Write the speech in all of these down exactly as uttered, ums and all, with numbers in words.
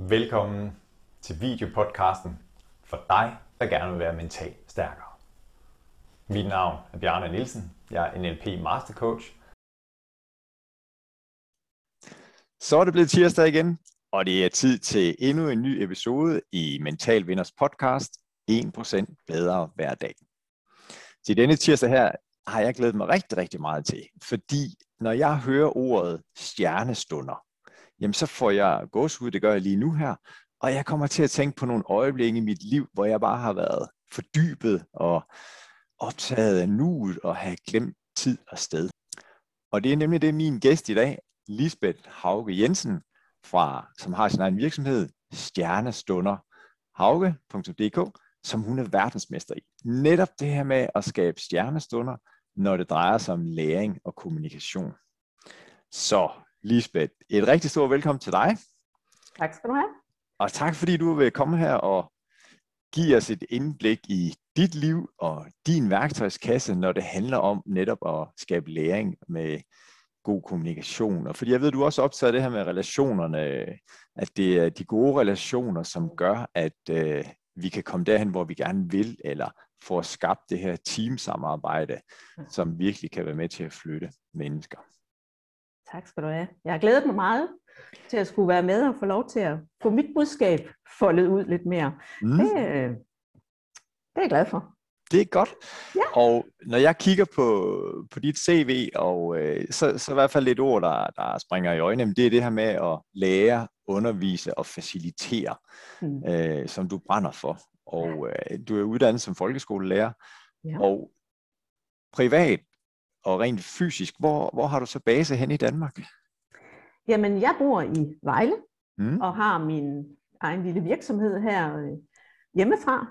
Velkommen til videopodcasten for dig, der gerne vil være mentalt stærkere. Mit navn er Bjarne Nielsen. Jeg er N L P Mastercoach. Så er det blevet tirsdag igen, og det er tid til endnu en ny episode i Mental Vinders podcast, en procent bedre hver dag. Til denne tirsdag her har jeg glædet mig rigtig, rigtig meget til, fordi når jeg hører ordet stjernestunder, jamen så får jeg gåsehud, det gør jeg lige nu her, og jeg kommer til at tænke på nogle øjeblikke i mit liv, hvor jeg bare har været fordybet og optaget af nuet og have glemt tid og sted. Og det er nemlig det, min gæst i dag, Lisbeth Hauge Jensen, fra, som har sin egen virksomhed, Stjernestunder Hauge punktum d k, som hun er verdensmester i. Netop det her med at skabe stjernestunder, når det drejer sig om læring og kommunikation. Så Lisbeth, et rigtig stort velkommen til dig. Tak skal du have. Og tak fordi du vil komme her og give os et indblik i dit liv og din værktøjskasse, når det handler om netop at skabe læring med god kommunikation. Og fordi jeg ved, du også optager det her med relationerne, at det er de gode relationer, som gør, at øh, vi kan komme derhen, hvor vi gerne vil, eller få skabt det her teamsamarbejde, som virkelig kan være med til at flytte mennesker. Tak skal du have. Jeg har glædet mig meget til at skulle være med og få lov til at få mit budskab foldet ud lidt mere. Mm. Det, det er jeg glad for. Det er godt. Ja. Og når jeg kigger på, på dit C V, og øh, så, så i hvert fald et ord, der, der springer i øjnene, det er det her med at lære, undervise og facilitere, mm. øh, som du brænder for. Og øh, du er uddannet som folkeskolelærer, ja. Og privat og rent fysisk, hvor, hvor har du så base hen i Danmark? Jamen, jeg bor i Vejle, mm. og har min egen lille virksomhed her øh, hjemmefra.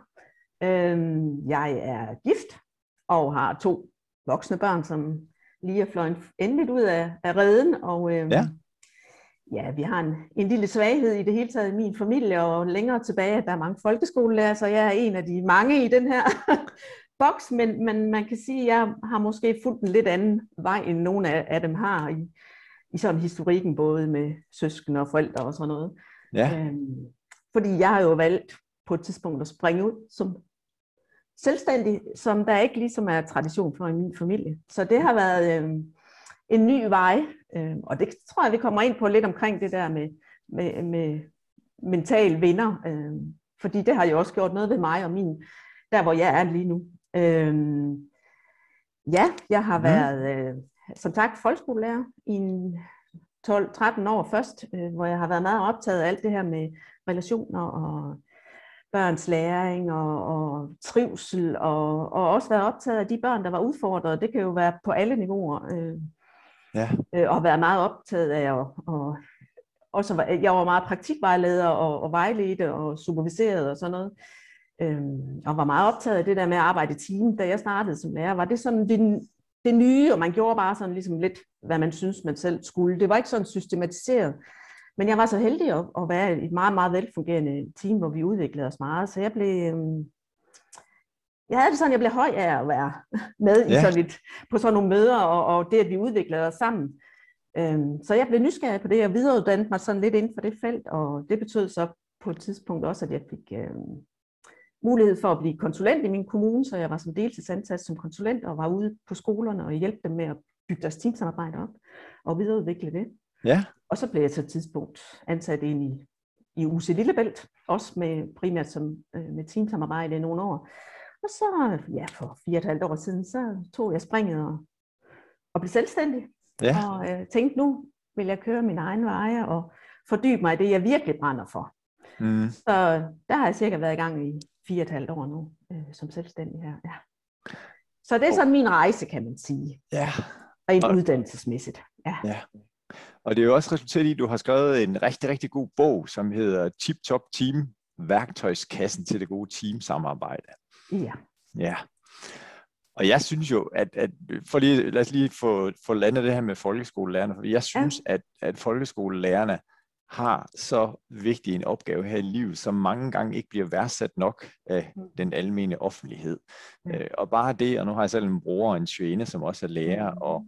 Øhm, jeg er gift, og har to voksne børn, som lige er fløjet endeligt ud af, af reden. Og øhm, ja. ja, vi har en, en lille svaghed i det hele taget i min familie, og længere tilbage, der er mange folkeskolelærer, så jeg er en af de mange i den her boks, men, men man kan sige, at jeg har måske fulgt en lidt anden vej, end nogle af, af dem har i, i sådan historikken, både med søskende og forældre og sådan noget. Ja. Øhm, fordi jeg har jo valgt på et tidspunkt at springe ud som selvstændig, som der ikke ligesom er tradition for i min familie. Så det har været øh, en ny vej, øh, og det tror jeg, vi kommer ind på lidt omkring det der med, med, med mental vinder, øh, fordi det har jo også gjort noget ved mig og min, der hvor jeg er lige nu. Øh, ja, jeg har været, øh, som sagt, folkeskolelærer i tolv tretten år først, øh, hvor jeg har været meget optaget af alt det her med relationer og børns læring og, og trivsel, og, og også været optaget af de børn, der var udfordret. Det kan jo være på alle niveauer. Øh, ja. øh, og været meget optaget af, og, og også, jeg var meget praktikvejleder og, og vejledte og superviseret og sådan noget. Øh, og var meget optaget af det der med at arbejde i team. Da jeg startede som lærer, var det sådan det, det nye, og man gjorde bare sådan ligesom lidt, hvad man synes man selv skulle. Det var ikke sådan systematiseret. Men jeg var så heldig at, at være i et meget, meget velfungerende team, hvor vi udviklede os meget. Så jeg blev, øh, jeg havde det sådan, jeg blev høj af at være med ja. i sådan et, på sådan nogle møder, og, og det, at vi udviklede os sammen. Øh, så jeg blev nysgerrig på det, og videreuddannede mig sådan lidt inden for det felt, og det betød så på et tidspunkt også, at jeg fik øh, mulighed for at blive konsulent i min kommune, så jeg var som deltidsansat som konsulent, og var ude på skolerne og hjælpe dem med at bygge deres teamsamarbejde op, og videreudvikle det. Ja. Og så blev jeg til et tidspunkt ansat ind i, i U C Lillebælt, også med primært som, øh, med teamsamarbejde i nogle år. Og så, ja, for fire og et halvt år siden, så tog jeg springet og, og blev selvstændig. Ja. Og øh, tænkte, nu vil jeg køre min egen veje og fordybe mig i det, jeg virkelig brænder for. Mm. Så der har jeg cirka været i gang i fire og et halvt år nu, øh, som selvstændig her. Ja. Så det er sådan min rejse, kan man sige. Ja. Rent uddannelsesmæssigt. Ja. Ja. Og det er jo også resulteret i, at du har skrevet en rigtig, rigtig god bog, som hedder Tip Top Team, værktøjskassen til det gode teamsamarbejde. Ja. Ja. Og jeg synes jo, at, at for lige, lad os lige få, få landet det her med folkeskolelærerne, for jeg synes, ja. at, at folkeskolelærerne har så vigtig en opgave her i livet, som mange gange ikke bliver værdsat nok af den almene offentlighed. Mm. Øh, og bare det, og nu har jeg selv en bror og en svende, som også er lærer, og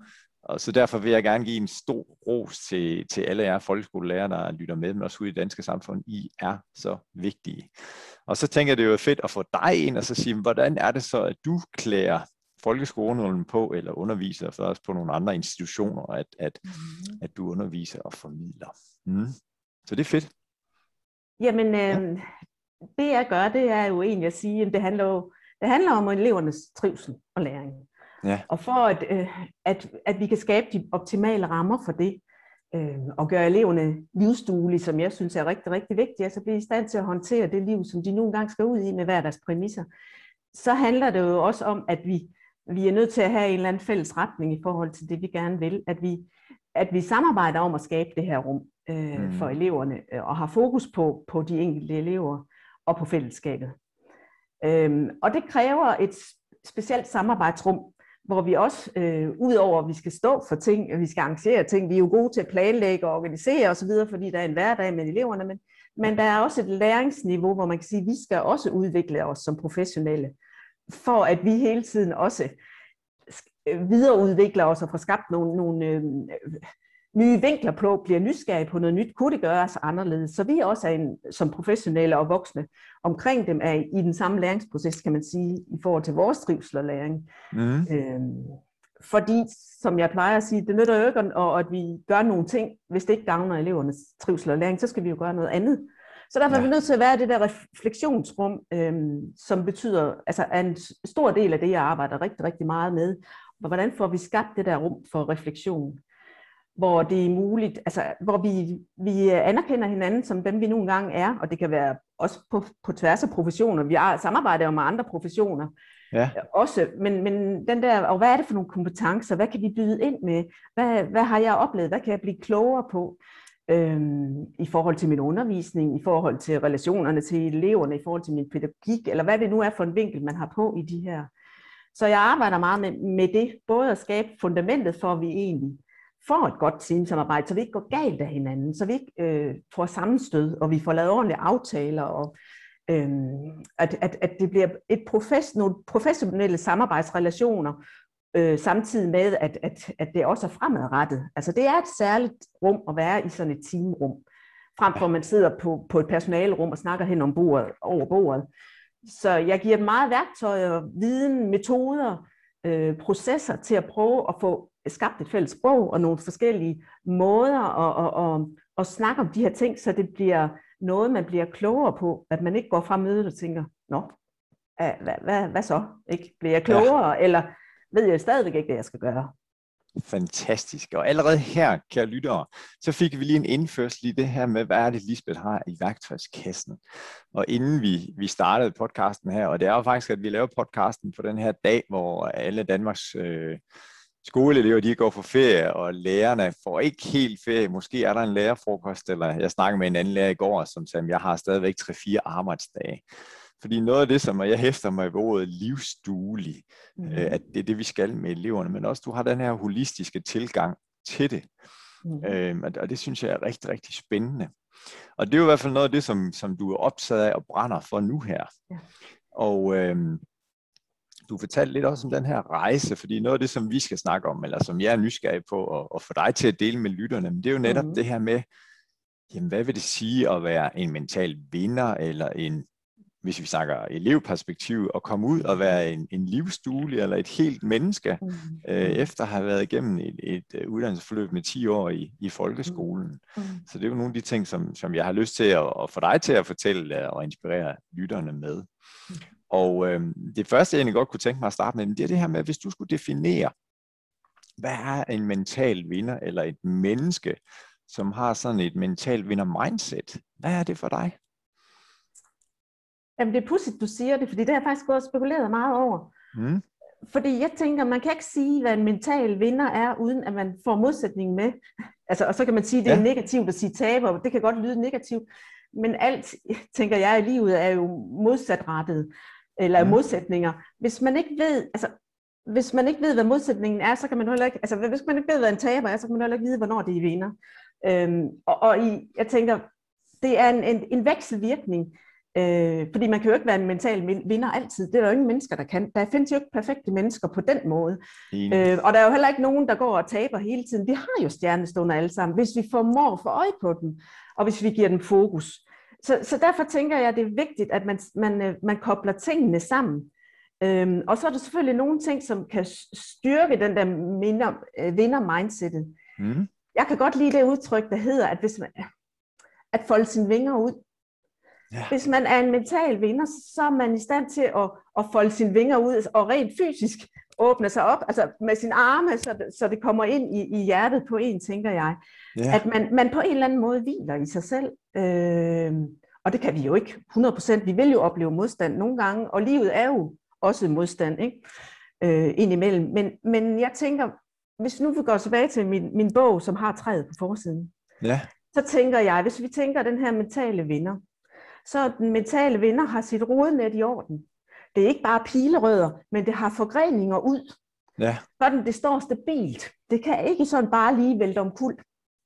Og så derfor vil jeg gerne give en stor ros til, til alle jer folkeskolelærere, der lytter med, men også ude i det danske samfund. I er så vigtige. Og så tænker jeg, det er jo fedt at få dig ind og så sige, hvordan er det så, at du klæder folkeskolen på, eller underviser for os på nogle andre institutioner, at, at, mm. at du underviser og formidler. Mm. Så det er fedt. Jamen, øh, ja. det jeg gør, det er jo egentlig at sige, at det handler, jo, det handler om elevernes trivsel og læring. Ja. Og for at, øh, at, at vi kan skabe de optimale rammer for det, øh, og gøre eleverne livsduelige, som jeg synes er rigtig, rigtig vigtigt, altså blive i stand til at håndtere det liv, som de nogle gange skal ud i med hver deres præmisser, så handler det jo også om, at vi, vi er nødt til at have en eller anden fælles retning i forhold til det, vi gerne vil, at vi, at vi samarbejder om at skabe det her rum øh, mm. for eleverne, og har fokus på, på de enkelte elever og på fællesskabet. Øhm, og det kræver et specielt samarbejdsrum, hvor vi også, øh, udover at vi skal stå for ting, og vi skal arrangere ting, vi er jo gode til at planlægge og organisere osv., fordi der er en hverdag med eleverne, men, men der er også et læringsniveau, hvor man kan sige, at vi skal også udvikle os som professionelle, for at vi hele tiden også videreudvikler os og får skabt nogle, nogle øh, nye vinkler på, bliver nysgerrige på noget nyt, kunne det gøres anderledes, så vi også er en, som professionelle og voksne omkring dem er i den samme læringsproces, kan man sige, i forhold til vores trivsel og læring. Mm. Øhm, fordi, som jeg plejer at sige, det nytter jo ikke, og at vi gør nogle ting, hvis det ikke gavner elevernes trivsel og læring, så skal vi jo gøre noget andet. Så derfor ja. er vi nødt til at være det der refleksionsrum, øhm, som betyder, altså er en stor del af det, jeg arbejder rigtig, rigtig meget med. Hvordan får vi skabt det der rum for refleksion? Hvor det er muligt, altså hvor vi, vi anerkender hinanden som dem, vi nogle gange er, og det kan være også på, på tværs af professioner. Vi har samarbejdet jo med andre professioner ja. også, men, men den der, og hvad er det for nogle kompetencer? Hvad kan vi byde ind med? Hvad, hvad har jeg oplevet? Hvad kan jeg blive klogere på øhm, i forhold til min undervisning, i forhold til relationerne til eleverne, i forhold til min pædagogik, eller hvad det nu er for en vinkel, man har på i de her. Så jeg arbejder meget med, med det, både at skabe fundamentet for, at vi egentlig får et godt teamsamarbejde, så vi ikke går galt af hinanden, så vi ikke øh, får sammenstød, og vi får lavet ordentlige aftaler, og øh, at, at, at det bliver et profes, nogle professionelle samarbejdsrelationer, øh, samtidig med, at, at, at det også er fremadrettet. Altså det er et særligt rum at være i sådan et teamrum, frem for at man sidder på, på et personalerum og snakker hen om bordet, over bordet. Så jeg giver dem meget værktøjer, viden, metoder, øh, processer til at prøve at få skabt et fælles sprog og nogle forskellige måder at, at, at, at snakke om de her ting, så det bliver noget, man bliver klogere på, at man ikke går fra mødet og tænker, nå, hvad, hvad, hvad så? Ikke? Bliver jeg klogere, ja. Eller ved jeg stadigvæk ikke, hvad jeg skal gøre? Fantastisk. Og allerede her, kære lyttere, så fik vi lige en indførsel i det her med, hvad er det, Lisbeth har i værktøjskassen. Og inden vi, vi startede podcasten her, og det er jo faktisk, at vi laver podcasten på den her dag, hvor alle Danmarks øh, skoleelever, de går på ferie, og lærerne får ikke helt ferie. Måske er der en lærerfrokost, eller jeg snakkede med en anden lærer i går, som sagde, at jeg har stadigvæk tre fire arbejdsdage. Fordi noget af det, som jeg hæfter mig ved ordet livsduelig, mm. øh, at det er det, vi skal med eleverne, men også du har den her holistiske tilgang til det. Mm. Øh, og det synes jeg er rigtig, rigtig spændende. Og det er jo i hvert fald noget af det, som, som du er optaget af og brænder for nu her. Ja. Og øh, du fortalte lidt også om den her rejse, fordi noget af det, som vi skal snakke om, eller som jeg er nysgerrig på, og, og få dig til at dele med lytterne, men det er jo netop mm. det her med, jamen, hvad vil det sige at være en mental vinder, eller en, hvis vi snakker elevperspektiv, at komme ud og være en, en livsduelig eller et helt menneske, mm. øh, efter at have været igennem et, et uddannelsesforløb med ti år i, i folkeskolen. Mm. Så det er jo nogle af de ting, som, som jeg har lyst til at, at få dig til at fortælle og inspirere lytterne med. Mm. Og øh, det første, jeg egentlig godt kunne tænke mig at starte med, det er det her med, hvis du skulle definere, hvad er en mental vinder, eller et menneske, som har sådan et mental vinder-mindset? Hvad er det for dig? Jamen, det er pudsigt, du siger det, fordi det har jeg faktisk gået og spekuleret meget over. Mm. Fordi jeg tænker, man kan ikke sige, hvad en mental vinder er, uden at man får modsætningen med. Altså, og så kan man sige, at det er ja. negativt at sige taber. Det kan godt lyde negativt. Men alt, tænker jeg, i livet er jo modsatrettet, eller mm. modsætninger. Hvis man ikke ved, altså, hvis man ikke ved, hvad modsætningen er, så kan man heller ikke, altså, hvis man ikke ved, hvad en taber er, så kan man heller ikke vide, hvornår det er vinder. Øhm, og og i, jeg tænker, det er en, en, en vekselvirkning. Øh, fordi man kan jo ikke være en mental vinder altid. Det er der jo ingen mennesker, der kan. Der findes jo ikke perfekte mennesker på den måde. Øh, og der er jo heller ikke nogen, der går og taber hele tiden. Vi har jo stjernestunder alle sammen, hvis vi formår at få øje på dem, og hvis vi giver dem fokus. Så, så derfor tænker jeg, at det er vigtigt, at man, man, man kobler tingene sammen. Øhm, og så er der selvfølgelig nogle ting, som kan styrke den der vinder-mindsetet. Mm. Jeg kan godt lide det udtryk, der hedder, at hvis man at folde sine vinger ud. Ja. Hvis man er en mental vinder, så er man i stand til at, at folde sine vinger ud og rent fysisk åbne sig op, altså med sine arme, så det, så det kommer ind i, i hjertet på en, tænker jeg. Ja. At man, man på en eller anden måde hviler i sig selv. Øh, og det kan vi jo ikke hundrede procent. Vi vil jo opleve modstand nogle gange, og livet er jo også modstand, ikke? Øh, indimellem. Men, men jeg tænker, hvis nu vi går tilbage til min, min bog, som har træet på forsiden, ja. Så tænker jeg, hvis vi tænker den her mentale vinder, så den mentale vinder har sit rodnet i orden. Det er ikke bare pilerødder, men det har forgreninger ud. Ja. Sådan det står stabilt. Det kan ikke sådan bare lige vælte omkuld.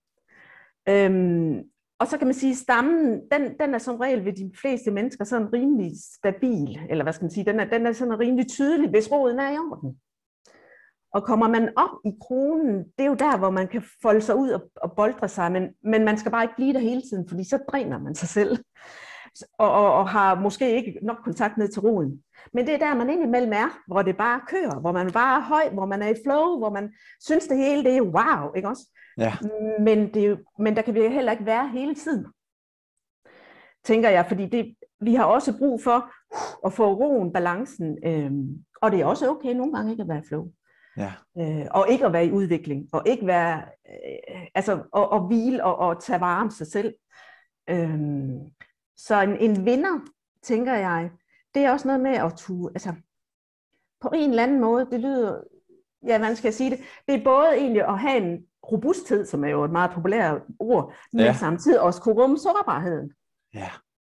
Øhm, og så kan man sige, at stammen, den, den er som regel ved de fleste mennesker sådan rimelig stabil. Eller hvad skal man sige, den er, den er sådan rimelig tydelig, hvis roden er i orden. Og kommer man op i kronen, det er jo der, hvor man kan folde sig ud og, og boldre sig, men, men man skal bare ikke blive der hele tiden, fordi så dræner man sig selv. Og, og, og har måske ikke nok kontakt ned til roden. Men det er der, man indimellem er, hvor det bare kører, hvor man bare er høj, hvor man er i flow, hvor man synes, det hele det er wow, ikke også? Ja. Men, det, men der kan vi heller ikke være hele tiden, tænker jeg, fordi det, vi har også brug for uh, at få roen, balancen, øhm, og det er også okay nogle gange ikke at være i flow. Ja. Øh, og ikke at være i udvikling, og ikke være, øh, altså, og, og hvile og, og tage vare om sig selv. Øhm, så en, en vinder, tænker jeg, det er også noget med at tue, altså på en eller anden måde, det lyder, ja, hvordan skal jeg sige det, det er både egentlig at have en robusthed, som er jo et meget populært ord, men ja. Samtidig også kunne rumme sårbarheden. Ja.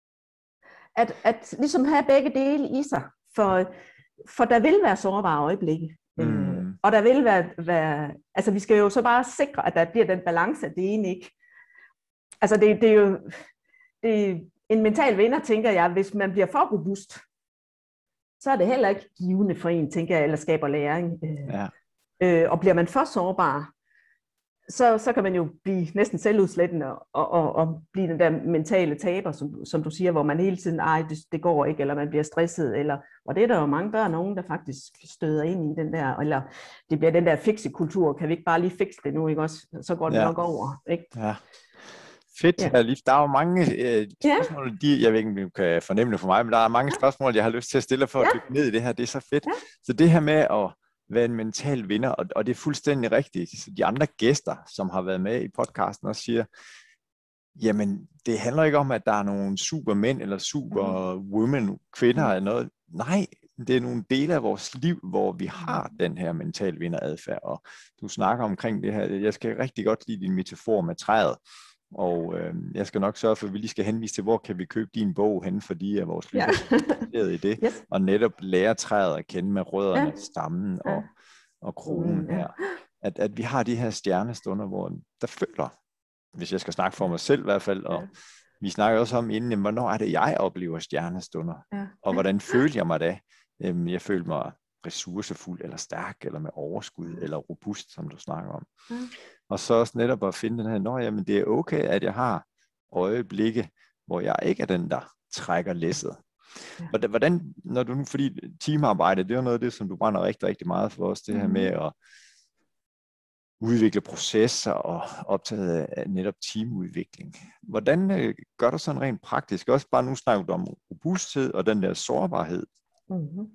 At, at ligesom have begge dele i sig, for, for der vil være sårbare øjeblikke. Mm. Og der vil være, være, altså vi skal jo så bare sikre, at der bliver den balance, at det ene ikke. Altså det, det er jo, det er en mental vinder, tænker jeg, hvis man bliver for robust, så er det heller ikke givende for en, tænker jeg, eller skaber læring. Ja. Øh, og bliver man for sårbar, så, så kan man jo blive næsten selvudslættende og, og, og blive den der mentale taber, som, som du siger, hvor man hele tiden, ej, det, det går ikke, eller man bliver stresset, eller, og det er der jo mange børn og unge, der faktisk støder ind i den der, eller det bliver den der fiksekultur, kan vi ikke bare lige fikse det nu, ikke også? Så går det ja. Nok over, ikke? Ja. Fedt, ja. Der er jo mange øh, spørgsmål, ja. de, jeg ved ikke, om du kan fornemme det for mig, men der er mange spørgsmål, jeg har lyst til at stille for at dykke ned i det her, det er så fedt. Ja. Så det her med at være en mental vinder, og, og det er fuldstændig rigtigt. Så de andre gæster, som har været med i podcasten, også siger, jamen, det handler ikke om, at der er nogle supermænd eller superwomen, kvinder eller noget. Nej, det er nogle dele af vores liv, hvor vi har den her mental vinderadfærd, og du snakker omkring det her. Jeg skal rigtig godt lide din metafor med træet. Og øh, jeg skal nok sørge for, at vi lige skal henvise til, hvor kan vi købe din bog hen, fordi at vores lytter er interesseret i det, yes. Og netop lære træet at kende med rødderne, ja. Stammen og, og kronen her. At, at vi har de her stjernestunder, hvor der føler, hvis jeg skal snakke for mig selv i hvert fald, og ja. Vi snakker også om inden, hvornår er det, jeg oplever stjernestunder, ja. Og hvordan føler jeg mig da? Øhm, jeg føler mig ressourcefuld, eller stærk, eller med overskud, eller robust, som du snakker om. Ja. Og så også netop at finde den her, nå jamen det er okay, at jeg har øjeblikke, hvor jeg ikke er den, der trækker læsset. Ja. Hvordan, når du nu, fordi teamarbejde, det er noget af det, som du brænder rigtig, rigtig meget for os, det mm. her med at udvikle processer og optaget af netop teamudvikling. Hvordan øh, gør du sådan rent praktisk? Også bare nu snakker du om robusthed og den der sårbarhed. Mm-hmm.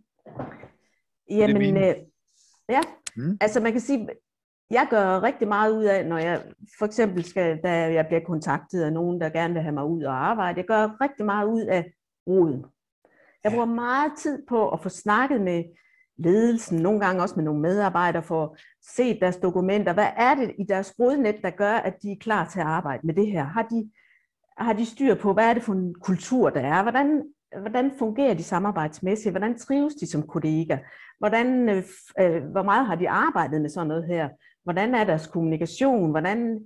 Jamen, øh, ja, mm. altså man kan sige, jeg gør rigtig meget ud af, når jeg for eksempel skal, da jeg bliver kontaktet af nogen, der gerne vil have mig ud og arbejde, jeg gør rigtig meget ud af roden. Jeg bruger meget tid på at få snakket med ledelsen, nogle gange også med nogle medarbejdere, for at se deres dokumenter. Hvad er det i deres rodnet, der gør, at de er klar til at arbejde med det her? Har de, har de styr på, hvad er det for en kultur, der er? Hvordan, hvordan fungerer de samarbejdsmæssigt? Hvordan trives de som kollegaer? Hvordan, øh, hvor meget har de arbejdet med sådan noget her? Hvordan er deres kommunikation? Hvordan,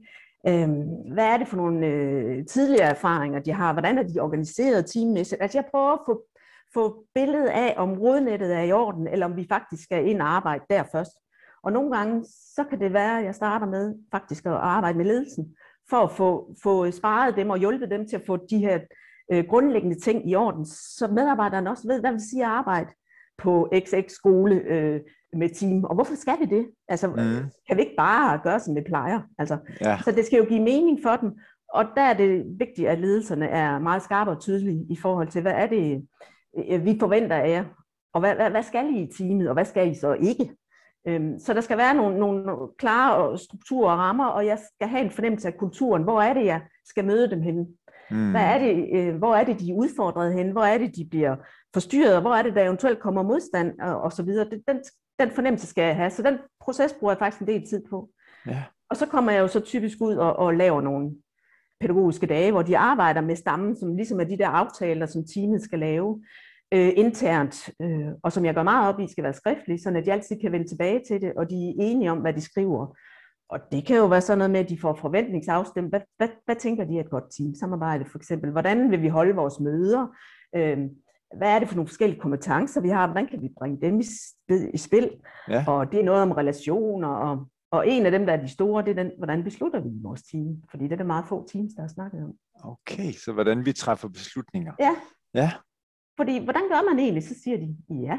Øhm, hvad er det for nogle øh, tidligere erfaringer, de har? Hvordan er de organiseret teammæssigt? Altså jeg prøver at få, få billedet af, om rodnettet er i orden, eller om vi faktisk skal ind og arbejde der først. Og nogle gange, så kan det være, at jeg starter med faktisk at arbejde med ledelsen, for at få, få sparet dem og hjulpet dem til at få de her øh, grundlæggende ting i orden, så medarbejderne også ved, hvad vil sige at arbejde på X X skole øh, med team. Og hvorfor skal vi det? Altså, mm. kan vi ikke bare gøre, som vi plejer? Altså, ja. Så det skal jo give mening for dem. Og der er det vigtigt, at ledelserne er meget skarpe og tydelige i forhold til, hvad er det, vi forventer af jer? Og hvad, hvad, hvad skal I i teamet, og hvad skal I så ikke? Øhm, så der skal være nogle, nogle klare strukturer og rammer, og jeg skal have en fornemmelse af kulturen. Hvor er det, jeg skal møde dem henne? Mm. Hvad er det, øh, hvor er det, de er udfordret henne? Hvor er det, de bliver forstyrret? Hvor er det, der eventuelt kommer modstand? Og, og så videre. Den, den fornemmelse skal jeg have. Så den proces bruger jeg faktisk en del tid på. Ja. Og så kommer jeg jo så typisk ud og, og laver nogle pædagogiske dage, hvor de arbejder med stammen, som ligesom er de der aftaler, som teamet skal lave øh, internt. Øh, og som jeg gør meget op i, skal være skriftlige, så at de altid kan vende tilbage til det, og de er enige om, hvad de skriver. Og det kan jo være sådan noget med, at de får forventningsafstemt. Hvad, hvad, hvad tænker de er et godt teamsamarbejde for eksempel? Hvordan vil vi holde vores møder? Øh, hvad er det for nogle forskellige kompetencer, vi har? Hvordan kan vi bringe dem i, i spil? Ja. Og det er noget om relationer. Og, og en af dem, der er de store, det er den, hvordan beslutter vi vores team? Fordi det er der meget få teams, der har snakket om. Okay, så hvordan vi træffer beslutninger. Ja. Ja. Fordi, hvordan gør man egentlig? Så siger de, ja.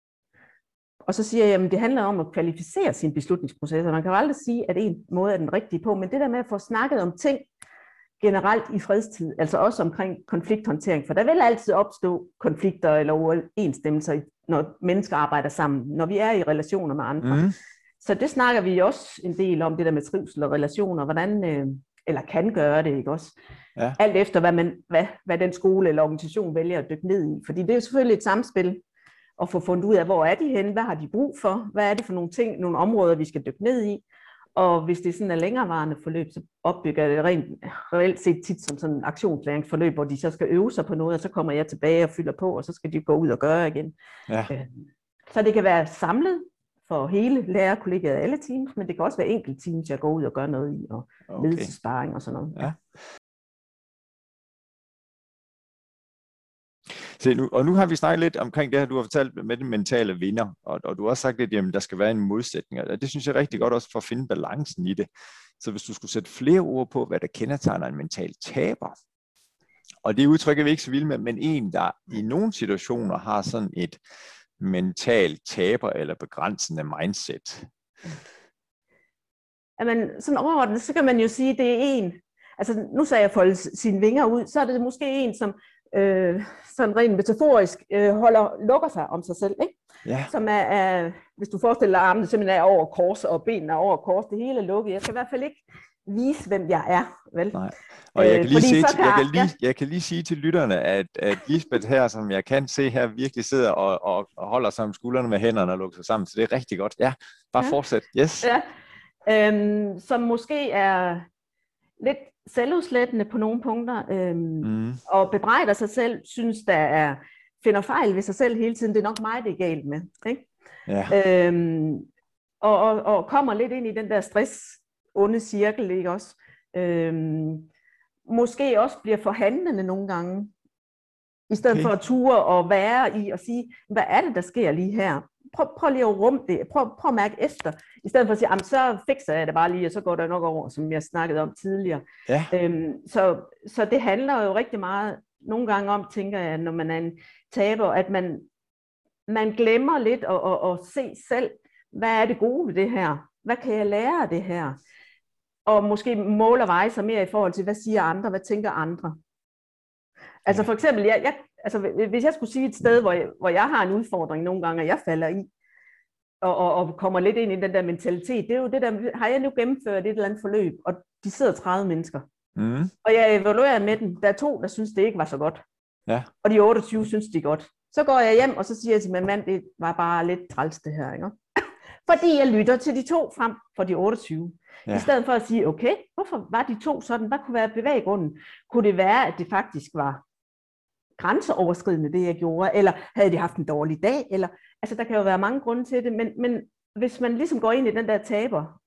Og så siger jeg, at det handler om at kvalificere sin beslutningsproces. Man kan jo aldrig sige, at en måde er den rigtige på, men det der med at få snakket om ting generelt i fredstid, altså også omkring konflikthåndtering, for der vil altid opstå konflikter eller uoverensstemmelser, når mennesker arbejder sammen, når vi er i relationer med andre. Mm. Så det snakker vi også en del om, det der med trivsel og relationer, hvordan, eller kan gøre det, ikke også? Ja. Alt efter, hvad, man, hvad, hvad den skole eller organisation vælger at dykke ned i. Fordi det er jo selvfølgelig et samspil, at få fundet ud af, hvor er de henne, hvad har de brug for, hvad er det for nogle ting, nogle områder, vi skal dykke ned i. Og hvis det er sådan et længerevarende forløb, så opbygger det rent reelt set tit som sådan en aktionslæringsforløb, hvor de så skal øve sig på noget, og så kommer jeg tilbage og fylder på, og så skal de gå ud og gøre igen. Ja. Så det kan være samlet for hele lærerkollegiet af alle teams, men det kan også være enkelt teams, jeg går ud og gør noget i, og okay. ledelsessparing og sådan noget. Ja. Så nu, og nu har vi snakket lidt omkring det her, du har fortalt med den mentale vinder, og, og du har også sagt lidt, at der skal være en modsætning, og det synes jeg er rigtig godt også for at finde balancen i det. Så hvis du skulle sætte flere ord på, hvad der kendetegner en mental taber, og det udtrykker vi ikke så vildt med, men en, der i nogle situationer har sådan et mental taber eller begrænsende mindset. Jamen, sådan overordnet, så kan man jo sige, at det er en, altså nu sagde jeg folde sine vinger ud, så er det måske en, som Øh, sådan rent metaforisk øh, holder, lukker sig om sig selv, ikke? Ja. Som er, er, hvis du forestiller dig, armene simpelthen er over kors, og benene er over kors, det hele er lukket. Jeg kan i hvert fald ikke vise, hvem jeg er, vel? Nej. Og jeg kan, lige se, kan, jeg, kan lige, ja. jeg kan lige sige til lytterne, at, at Lisbeth her, som jeg kan se her, virkelig sidder og, og, og holder sig om skuldrene med hænderne og lukker sig sammen, så det er rigtig godt. Ja, bare ja. Fortsæt. Yes. Ja. Øhm, som måske er lidt selvudslættende på nogle punkter, øhm, mm. og bebrejder sig selv, synes der er, finder fejl ved sig selv hele tiden, det er nok mig, det er galt med. Ikke? Ja. Øhm, og, og, og kommer lidt ind i den der stress, onde cirkel, ikke også? Øhm, måske også bliver forhandlende nogle gange, i stedet okay. for at ture og være i og sige, hvad er det, der sker lige her? Prøv, prøv lige at rumme det, prøv, prøv at mærke efter, i stedet for at sige, så fikser jeg det bare lige, og så går det nok over, som jeg snakkede om tidligere. Ja. Øhm, så, så det handler jo rigtig meget, nogle gange om, tænker jeg, når man er en taber, at man, man glemmer lidt at, at, at se selv, hvad er det gode ved det her? Hvad kan jeg lære af det her? Og måske måle og veje sig mere i forhold til, hvad siger andre, hvad tænker andre? Altså for eksempel, jeg, jeg, altså, hvis jeg skulle sige et sted, hvor jeg, hvor jeg har en udfordring nogle gange, og jeg falder i, og, og, og kommer lidt ind i den der mentalitet, det er jo det der, har jeg nu gennemført et eller andet forløb, og de sidder tredive mennesker. Mm. Og jeg evaluerer med dem. Der er to, der synes, det ikke var så godt. Ja. Og de otteogtyve synes, det er godt. Så går jeg hjem, og så siger jeg til min mand, det var bare lidt træls det her, ikke? Fordi jeg lytter til de to frem for de otteogtyve. Ja. I stedet for at sige, okay, hvorfor var de to sådan? Hvad kunne være bevæggrunden? Kunne det være, at det faktisk var grænseoverskridende, det jeg gjorde? Eller havde de haft en dårlig dag? Eller, altså, der kan jo være mange grunde til det, men, men hvis man ligesom går ind i den der taber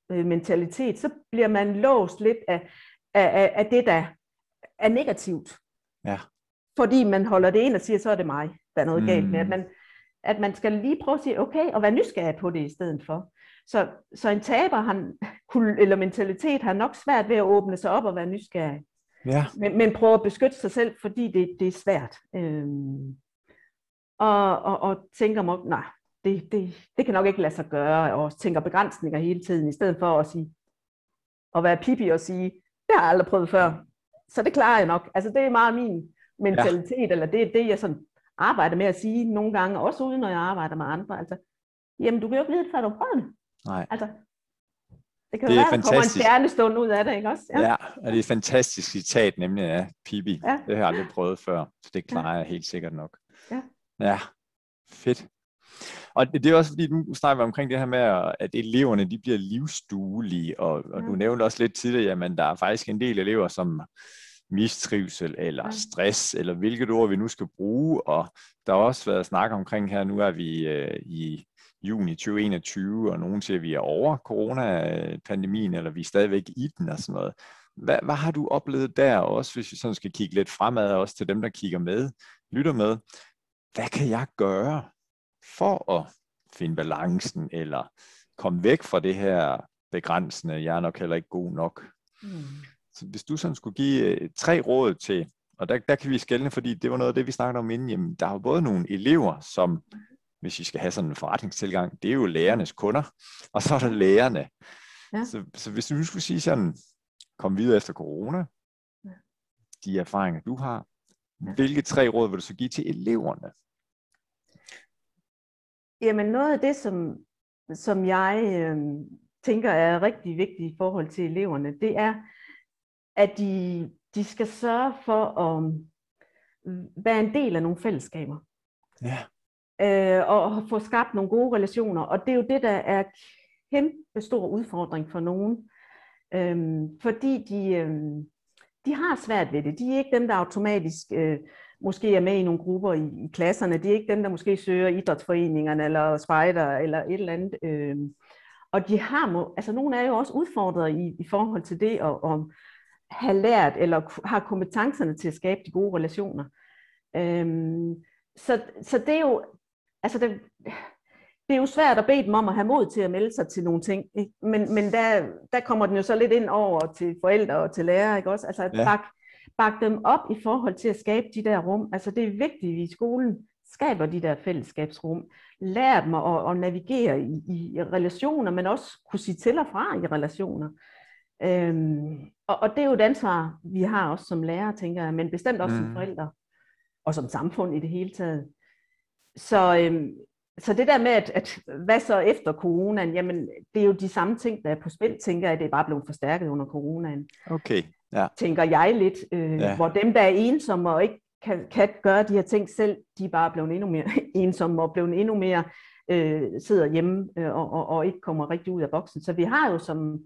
øh, mentalitet, så bliver man låst lidt af, af, af det, der er negativt. Ja. Fordi man holder det ind og siger, så er det mig, der er noget Mm. galt med. At man, at man skal lige prøve at sige, okay, og være nysgerrig på det i stedet for. Så, så en taber, han, eller mentalitet, har nok svært ved at åbne sig op og være nysgerrig. Ja. Men, men prøve at beskytte sig selv, fordi det, det er svært. Øhm, og, og, og tænker mig, nej, det, det, det kan nok ikke lade sig gøre, og tænker begrænsninger hele tiden, i stedet for at sige, at være pipi og sige, det har jeg aldrig prøvet før, så det klarer jeg nok. Altså det er meget min mentalitet, ja. Eller det er det, jeg sådan arbejder med at sige nogle gange, også uden når jeg arbejder med andre. Altså, jamen du kan jo ikke vide det, før du prøver det. Nej. Altså, det kan det jo er være, der kommer en stjernestund ud af det, ikke også? Ja, ja, og det er et fantastisk citat, nemlig af ja, Pippi. Ja. Det har jeg aldrig prøvet før, så det klarer ja. jeg helt sikkert nok. Ja. Ja, fedt. Og det er også fordi, nu snakker vi omkring det her med, at eleverne de bliver livsduelige, og, og ja. du nævnte også lidt tidligere, at der er faktisk en del elever, som mistrivsel eller ja. stress, eller hvilket ord vi nu skal bruge, og der har også været snak omkring her, nu er vi øh, i juni tyve enogtyve, og nogen siger, at vi er over coronapandemien, eller vi er stadigvæk i den og sådan noget. Hvad, hvad har du oplevet der også, hvis vi sådan skal kigge lidt fremad, også til dem, der kigger med, lytter med? Hvad kan jeg gøre for at finde balancen, eller komme væk fra det her begrænsende, jeg er nok heller ikke god nok? Mm. Så hvis du sådan skulle give uh, tre råd til, og der, der kan vi skelne, fordi det var noget af det, vi snakkede om inden, jamen, der er jo både nogle elever, som, hvis vi skal have sådan en forretningstilgang, det er jo lærernes kunder, og så er der lærerne. Ja. Så, så hvis du nu skulle sige sådan, kom videre efter corona, ja. de erfaringer, du har, ja. hvilke tre råd vil du så give til eleverne? Jamen noget af det, som, som jeg øh, tænker er rigtig vigtigt i forhold til eleverne, det er, at de, de skal sørge for at være en del af nogle fællesskaber. Ja. Øh, og få skabt nogle gode relationer. Og det er jo det, der er kæmpe stor udfordring for nogen. Øhm, fordi de, øhm, de har svært ved det. De er ikke dem, der automatisk øh, måske er med i nogle grupper i, i klasserne. De er ikke dem, der måske søger idrætsforeningerne eller spejder eller et eller andet. Øh. Og de har, må, altså nogle er jo også udfordret i, i forhold til det at, at have lært eller har kompetencerne til at skabe de gode relationer. Øhm, så, så det er jo, altså det, det er jo svært at bede dem om at have mod til at melde sig til nogle ting, ikke? Men, men der, der kommer den jo så lidt ind over til forældre og til lærere, ikke også? Altså at ja. bak, bak dem op i forhold til at skabe de der rum. Altså det er vigtigt, at vi i skolen skaber de der fællesskabsrum. Lær dem at, at navigere i, i relationer, men også kunne sige til og fra i relationer. Øhm, og, og det er jo et ansvar, vi har også som lærere, tænker jeg, men bestemt også mm. som forældre, og som samfund i det hele taget. Så, øhm, så det der med, at, at hvad så efter coronaen, jamen det er jo de samme ting, der er på spil, tænker jeg, det er bare blevet forstærket under coronaen. Okay, ja. Tænker jeg lidt, øh, ja. Hvor dem, der er ensomme og ikke kan, kan gøre de her ting selv, de er bare blevet endnu mere ensomme og blevet endnu mere øh, sidder hjemme øh, og, og, og ikke kommer rigtig ud af boksen. Så vi har jo som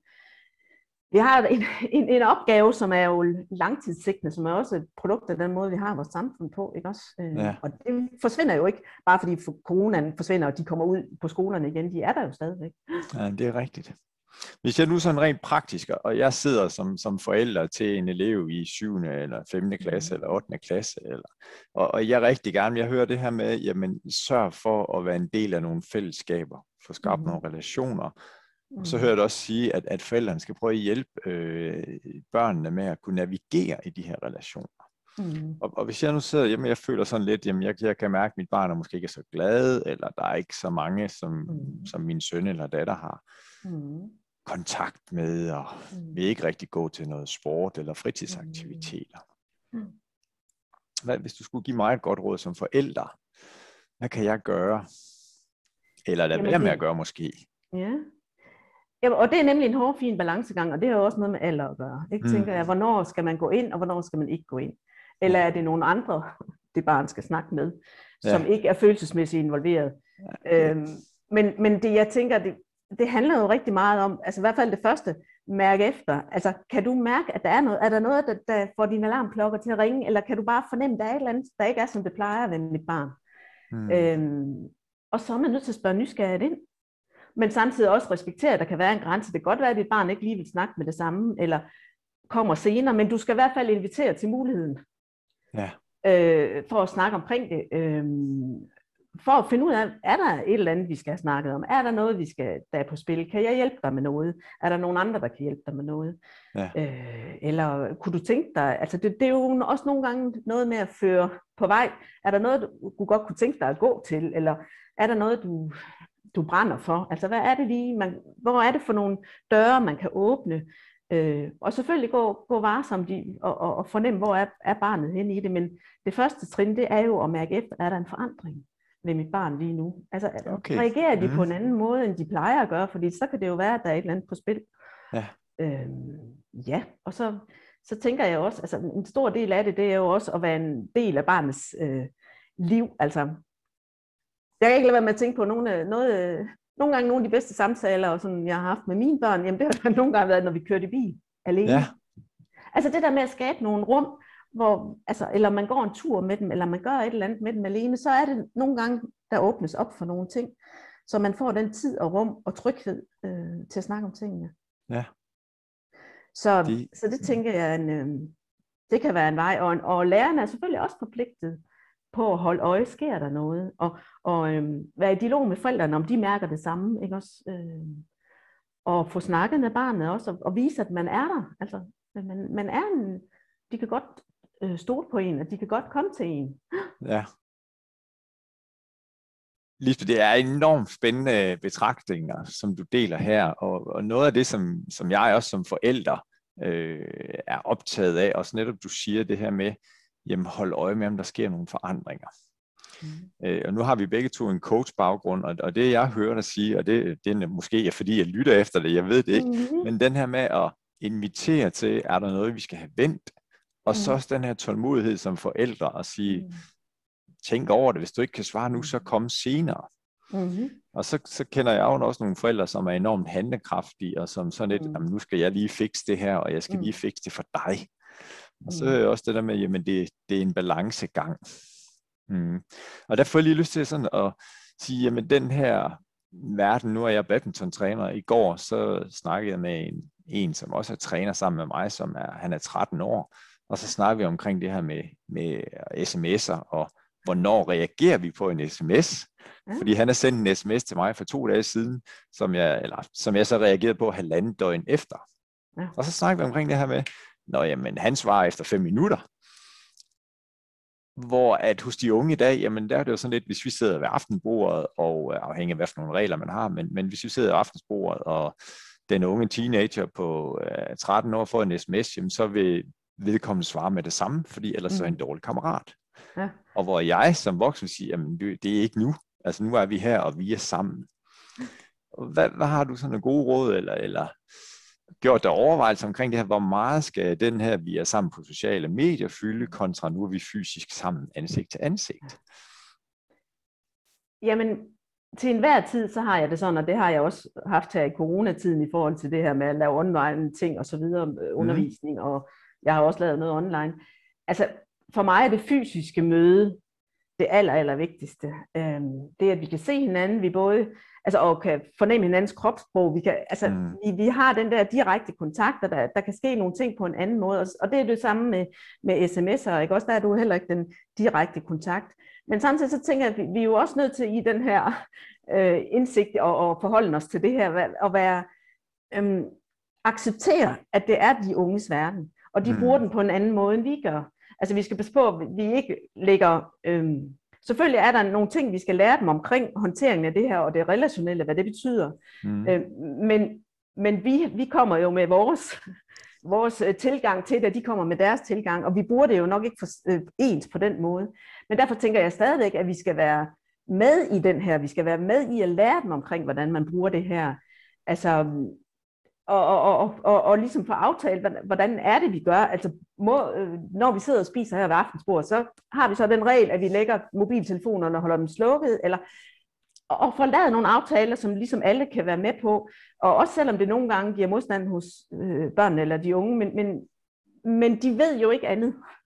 Vi har en, en, en opgave, som er jo langtidssigtende, som er også et produkt af den måde, vi har vores samfund på, ikke også? Ja. Og det forsvinder jo ikke, bare fordi coronaen forsvinder, og de kommer ud på skolerne igen. De er der jo stadigvæk. Ja, det er rigtigt. Hvis jeg nu sådan rent praktisk, og jeg sidder som, som forælder til en elev i syvende eller femte klasse eller ottende klasse, eller, og, og jeg rigtig gerne, jeg hører det her med, jamen sørg for at være en del af nogle fællesskaber, få skabt mm. nogle relationer. Og så hører jeg også sige, at, at forældrene skal prøve at hjælpe øh, børnene med at kunne navigere i de her relationer. Mm. Og, og hvis jeg nu sidder hjemme, jeg føler sådan lidt, jamen jeg, jeg kan mærke, at mit barn er måske ikke så glad, eller der er ikke så mange, som, mm. som min søn eller datter har mm. kontakt med, og mm. vil ikke rigtig gå til noget sport eller fritidsaktiviteter. Mm. Hvad, hvis du skulle give mig et godt råd som forælder, hvad kan jeg gøre? Eller lade være med at gøre måske? Ja. Ja, og det er nemlig en hård, fin balancegang, og det har jo også noget med alder at gøre. Ikke? Mm. Tænker jeg, hvornår skal man gå ind, og hvornår skal man ikke gå ind? Eller er det nogle andre, det barn skal snakke med, som ja. ikke er følelsesmæssigt involveret? Ja. Øhm, men, men det, jeg tænker, det, det handler jo rigtig meget om, altså i hvert fald det første, mærke efter. Altså, kan du mærke, at der er noget, er der noget, der, der får dine alarmklokker til at ringe, eller kan du bare fornemme, at der er et eller andet, der ikke er, som det plejer at være med mit barn? Mm. Øhm, og så er man nødt til at spørge nysgerrigt ind. men samtidig også respektere, at der kan være en grænse. Det kan godt være, at dit barn ikke lige vil snakke med det samme, eller kommer senere, men du skal i hvert fald invitere til muligheden Ja. øh, for at snakke omkring det. Øh, for at finde ud af, er der et eller andet, vi skal have snakket om? Er der noget, vi skal der er på spil? Kan jeg hjælpe dig med noget? Er der nogen andre, der kan hjælpe dig med noget? Ja. Øh, eller kunne du tænke dig, altså det, det er jo også nogle gange noget med at føre på vej. Er der noget, du godt kunne tænke dig at gå til? Eller er der noget, du, du brænder for? Altså hvad er det lige, man, hvor er det for nogle døre, man kan åbne? Øh, og selvfølgelig gå, gå varsomt i, og, og, og fornemme, hvor er, er barnet henne i det. Men det første trin, det er jo at mærke efter, er der en forandring ved mit barn lige nu? Altså okay. Reagerer de mm. på en anden måde, end de plejer at gøre? Fordi så kan det jo være, at der er et eller andet på spil. Ja, øhm, ja. Og så, så tænker jeg også, altså en stor del af det, det er jo også at være en del af barnets øh, liv. Altså, jeg kan ikke lade være med at tænke på nogle, noget, nogle gange nogle af de bedste samtaler, og sådan, jeg har haft med mine børn, jamen det har nogle gange været, når vi kørte i bil alene. Ja. Altså det der med at skabe nogle rum, hvor, altså, eller man går en tur med dem, eller man gør et eller andet med dem alene, så er det nogle gange, der åbnes op for nogle ting, så man får den tid og rum og tryghed øh, til at snakke om tingene. Ja. Så, De... så det tænker jeg, en, øh, det kan være en vej, og, og lærerne er selvfølgelig også forpligtet på at holde øje, sker der noget, og, og øh, være i dialog med forældrene, om de mærker det samme, ikke også? Øh, og få snakket med barnet også, og, og vise, at man er der. Altså, man, man er en, de kan godt øh, stole på en, og de kan godt komme til en. Ja. Lisbeth, det er enormt spændende betragtninger, som du deler her, og, og noget af det, som, som jeg også som forælder øh, er optaget af, også netop du siger det her med, jamen hold øje med, om der sker nogle forandringer. Mm. Øh, og nu har vi begge to en coach-baggrund, og, og det jeg hører dig sige, og det, det er måske fordi jeg lytter efter det, jeg ved det ikke, mm. men den her med at invitere til, er der noget, vi skal have vendt, og mm. så også den her tålmodighed som forældre at sige, mm. tænk over det, hvis du ikke kan svare nu, så kom senere. Mm-hmm. Og så, så kender jeg jo også nogle forældre, som er enormt handlekraftige, og som sådan lidt, mm. jamen, nu skal jeg lige fikse det her, og jeg skal mm. lige fikse det for dig. Og så er også det der med, jamen det, det er en balancegang. Mm. Og der får jeg lige lyst til sådan at sige, jamen den her verden, nu er jeg badmintontræner. I går så snakkede jeg med en, en som også er træner sammen med mig, som er, han er tretten år, og så snakker vi omkring det her med, med sms'er, og hvornår reagerer vi på en sms? Ja. Fordi han har sendt en sms til mig for to dage siden, som jeg, eller, som jeg så reagerede på halvanden døgn efter. Ja. Og så snakker vi omkring det her med, nå jamen, han svarer efter fem minutter. Hvor at hos de unge i dag, jamen der er det jo sådan lidt, hvis vi sidder ved aftenbordet, og afhængig af hvad for nogle regler man har, men, men hvis vi sidder ved aftensbordet, og den unge teenager på uh, tretten år får en sms, jamen, så vil vedkommende svare med det samme, fordi ellers mm. så er en dårlig kammerat. Ja. Og hvor jeg som voksen siger, jamen det er ikke nu, altså nu er vi her, og vi er sammen. Hvad, hvad har du sådan en god råd, eller, eller gjort der overvejelser omkring det her, hvor meget skal den her, vi er sammen på sociale medier, fylde, kontra nu er vi fysisk sammen, ansigt til ansigt? Jamen, til enhver tid, så har jeg det sådan, og det har jeg også haft her i coronatiden, i forhold til det her med at lave online ting og så videre, undervisning, mm. og jeg har også lavet noget online. Altså, for mig er det fysiske møde det aller, aller vigtigste. Øhm, det er, at vi kan se hinanden, vi både, altså, og kan fornemme hinandens kropssprog. Vi, kan, altså, mm. vi, vi har den der direkte kontakt, og der, der kan ske nogle ting på en anden måde. Og, og det er det samme med, med sms'er, ikke? Også der er du heller ikke den direkte kontakt. Men samtidig så tænker jeg, at vi, vi er jo også nødt til i den her øh, indsigt og, og forholde os til det her, og være, øhm, acceptere, at det er de unges verden, og de mm. bruger den på en anden måde, end vi gør. Altså vi skal passe på, at vi ikke lægger... Øhm, selvfølgelig er der nogle ting, vi skal lære dem omkring håndteringen af det her, og det relationelle, hvad det betyder. Mm. Øhm, men men vi, vi kommer jo med vores, vores tilgang til det, og de kommer med deres tilgang, og vi burde jo nok ikke for, øh, ens på den måde. Men derfor tænker jeg stadigvæk, at vi skal være med i den her, vi skal være med i at lære dem omkring, hvordan man bruger det her. Altså... Og, og, og, og, og ligesom få aftalt, hvordan er det, vi gør. Altså, må, når vi sidder og spiser her ved aftensbordet, så har vi så den regel, at vi lægger mobiltelefonerne og holder dem slukket, eller, og får lavet nogle aftaler, som ligesom alle kan være med på, og også selvom det nogle gange giver modstand hos øh, børnene eller de unge, men, men, men de ved jo ikke andet.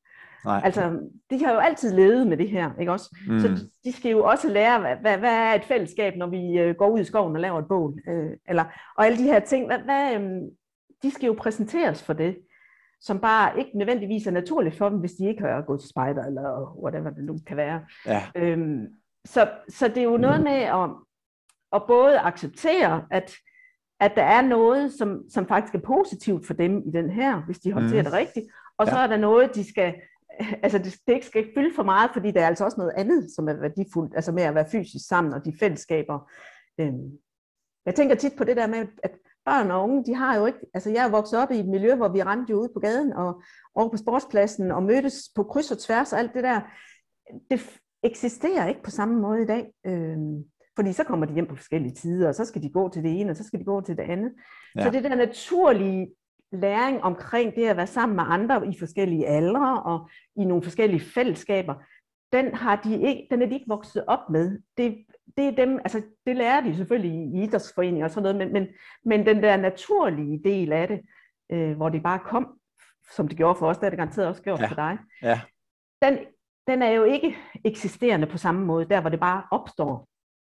Nej. Altså, de har jo altid levet med det her, ikke også? Mm. Så de skal jo også lære, hvad, hvad, hvad er et fællesskab, når vi øh, går ud i skoven og laver et bål, øh, eller, og alle de her ting, hvad, hvad, øh, de skal jo præsenteres for det, som bare ikke nødvendigvis er naturligt for dem, hvis de ikke har gået til spejder, eller whatever det nu kan være. Ja. Øhm, så, så det er jo noget med at, at både acceptere, at, at der er noget, som, som faktisk er positivt for dem i den her, hvis de håndterer mm. det rigtigt, og så ja. er der noget, de skal, altså det, det ikke skal fylde for meget, fordi der er altså også noget andet, som er værdifuldt, altså med at være fysisk sammen, og de fællesskaber. Øhm, jeg tænker tit på det der med, at børn og unge, de har jo ikke, altså jeg er vokset op i et miljø, hvor vi rendte jo ude på gaden og over på sportspladsen og mødtes på kryds og tværs og alt det der. Det eksisterer ikke på samme måde i dag, øh, fordi så kommer de hjem på forskellige tider, og så skal de gå til det ene, og så skal de gå til det andet. Ja. Så det der naturlige læring omkring det at være sammen med andre i forskellige aldre og i nogle forskellige fællesskaber, den, har de ikke, den er de ikke vokset op med. Det, det er dem, altså det lærer de selvfølgelig i idrætsforeninger og sådan noget, men, men, men den der naturlige del af det, øh, hvor det bare kom, som det gjorde for os, der er det garanteret også gjort ja. for dig, ja. den, den er jo ikke eksisterende på samme måde, der hvor det bare opstår.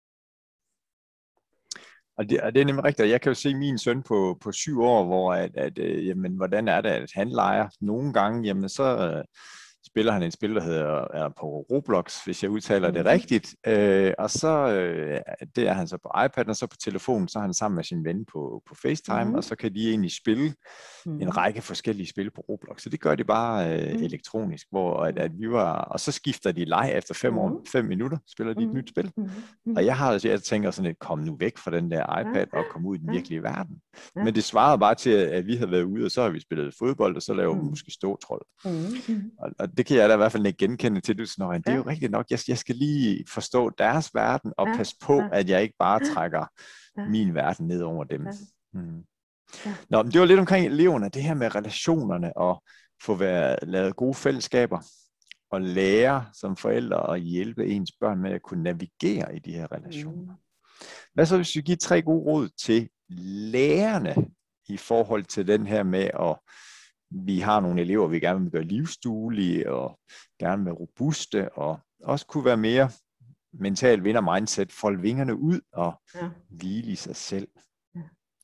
Og det, og det er nemlig rigtigt. Jeg kan jo se min søn på, på syv år, hvor at, at, øh, jamen, hvordan er det, at han leger nogle gange, jamen så øh, spiller han et spil, der hedder er på Roblox, hvis jeg udtaler mm. det rigtigt. Øh, og så øh, det er han så på iPad'en, og så på telefonen, så er han sammen med sin ven på, på FaceTime, mm. og så kan de egentlig spille mm. en række forskellige spil på Roblox. Så det gør de bare øh, mm. elektronisk, hvor at, at vi var, og så skifter de leg efter fem, år, fem minutter, spiller de et mm. nyt spil. Mm. Og jeg har jeg tænker sådan lidt, kom nu væk fra den der iPad og kom ud i den virkelige verden. Ja. Men det svarede bare til, at vi havde været ude, og så har vi spillet fodbold, og så laver vi mm. måske ståtrold. Mm. Og, og det kan jeg da i hvert fald ikke genkende til, det, når, det er jo rigtigt nok, jeg, jeg skal lige forstå deres verden, og ja. passe på, ja. at jeg ikke bare trækker ja. min verden ned over dem. Ja. Mm. Ja. Nå, men det var lidt omkring eleverne, det her med relationerne, og få været, lavet gode fællesskaber, og lære som forældre at hjælpe ens børn med at kunne navigere i de her relationer. Mm. Hvad så, hvis vi giver tre gode råd til lærerne, i forhold til den her med at vi har nogle elever, vi gerne vil gøre livsduelige og gerne være robuste og også kunne være mere mental vinder-mindset, folde vingerne ud og ja. hvile i sig selv. Ja.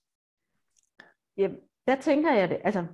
Ja, der tænker jeg det, altså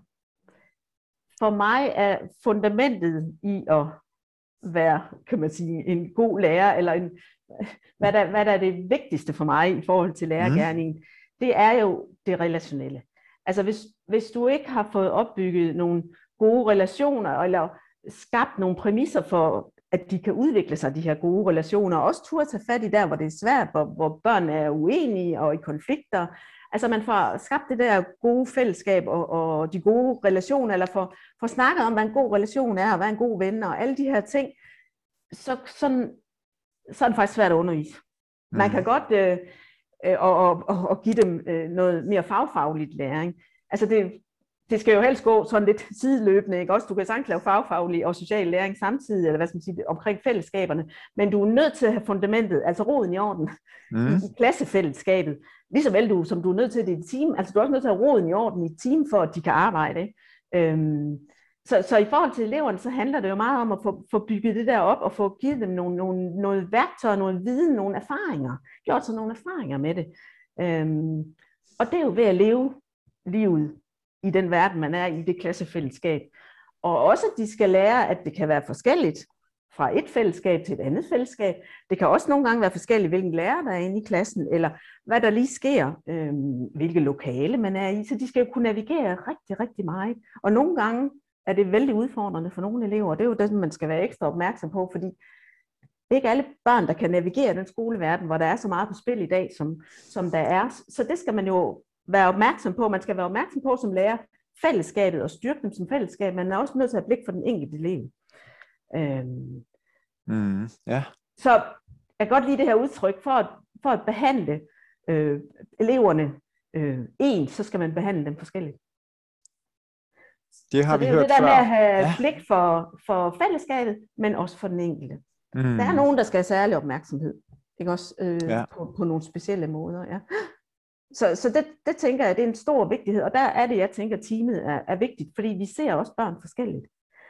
for mig er fundamentet i at være, kan man sige, en god lærer, eller en, hvad, der, hvad der er det vigtigste for mig i forhold til lærergerningen, mm. det er jo det relationelle. Altså hvis, hvis du ikke har fået opbygget nogle gode relationer, eller skabt nogle præmisser for, at de kan udvikle sig, de her gode relationer, og også turde tage fat i der, hvor det er svært, hvor, hvor børn er uenige og i konflikter. Altså man får skabt det der gode fællesskab og, og de gode relationer, eller får, får snakket om, hvad en god relation er, og hvad en god ven, og alle de her ting, så, sådan, så er det faktisk svært at undervise. Man kan godt... Øh, Og, og, og give dem øh, noget mere fagfagligt læring. Altså det, det skal jo helst gå sådan lidt sideløbende, ikke? Også du kan sagtens lave fagfaglig og social læring samtidig, eller hvad skal man sige, omkring fællesskaberne, men du er nødt til at have fundamentet, altså roden i orden, mm. i, i klassefællesskabet, ligesom vel du, som du er nødt til det i et team, altså du er også nødt til at have roden i orden i et team, for at de kan arbejde, ikke? Øhm, så, så i forhold til eleverne, så handler det jo meget om at få, få bygget det der op, og få givet dem nogle, nogle, noget værktøj, noget viden, nogle erfaringer, gjort så nogle erfaringer med det. Øhm, og det er jo ved at leve livet i den verden, man er i, det klassefællesskab. Og også, at de skal lære, at det kan være forskelligt fra et fællesskab til et andet fællesskab. Det kan også nogle gange være forskelligt, hvilken lærer der er inde i klassen, eller hvad der lige sker, øhm, hvilke lokale man er i. Så de skal jo kunne navigere rigtig, rigtig meget. Og nogle gange er det vældig udfordrende for nogle elever, og det er jo det, man skal være ekstra opmærksom på, fordi det er ikke alle børn, der kan navigere den skoleverden, hvor der er så meget på spil i dag, som, som der er. Så det skal man jo være opmærksom på. Man skal være opmærksom på som lærer fællesskabet og styrke dem som fællesskab, men man er også nødt til at have blik for den enkelte elev. Øhm. Mm, yeah. Så jeg kan godt lide det her udtryk, for at, for at behandle øh, eleverne øh, ens, så skal man behandle dem forskelligt. Det har så vi det er hørt det der før. med at have ja. blik for, for fællesskabet, men også for den enkelte. Mm. Der er nogen, der skal have særlig opmærksomhed, ikke også øh, ja. på, på nogle specielle måder. Ja. Så, så det, det tænker jeg, det er en stor vigtighed, og der er det, jeg tænker, teamet er, er vigtigt, fordi vi ser også børn forskelligt.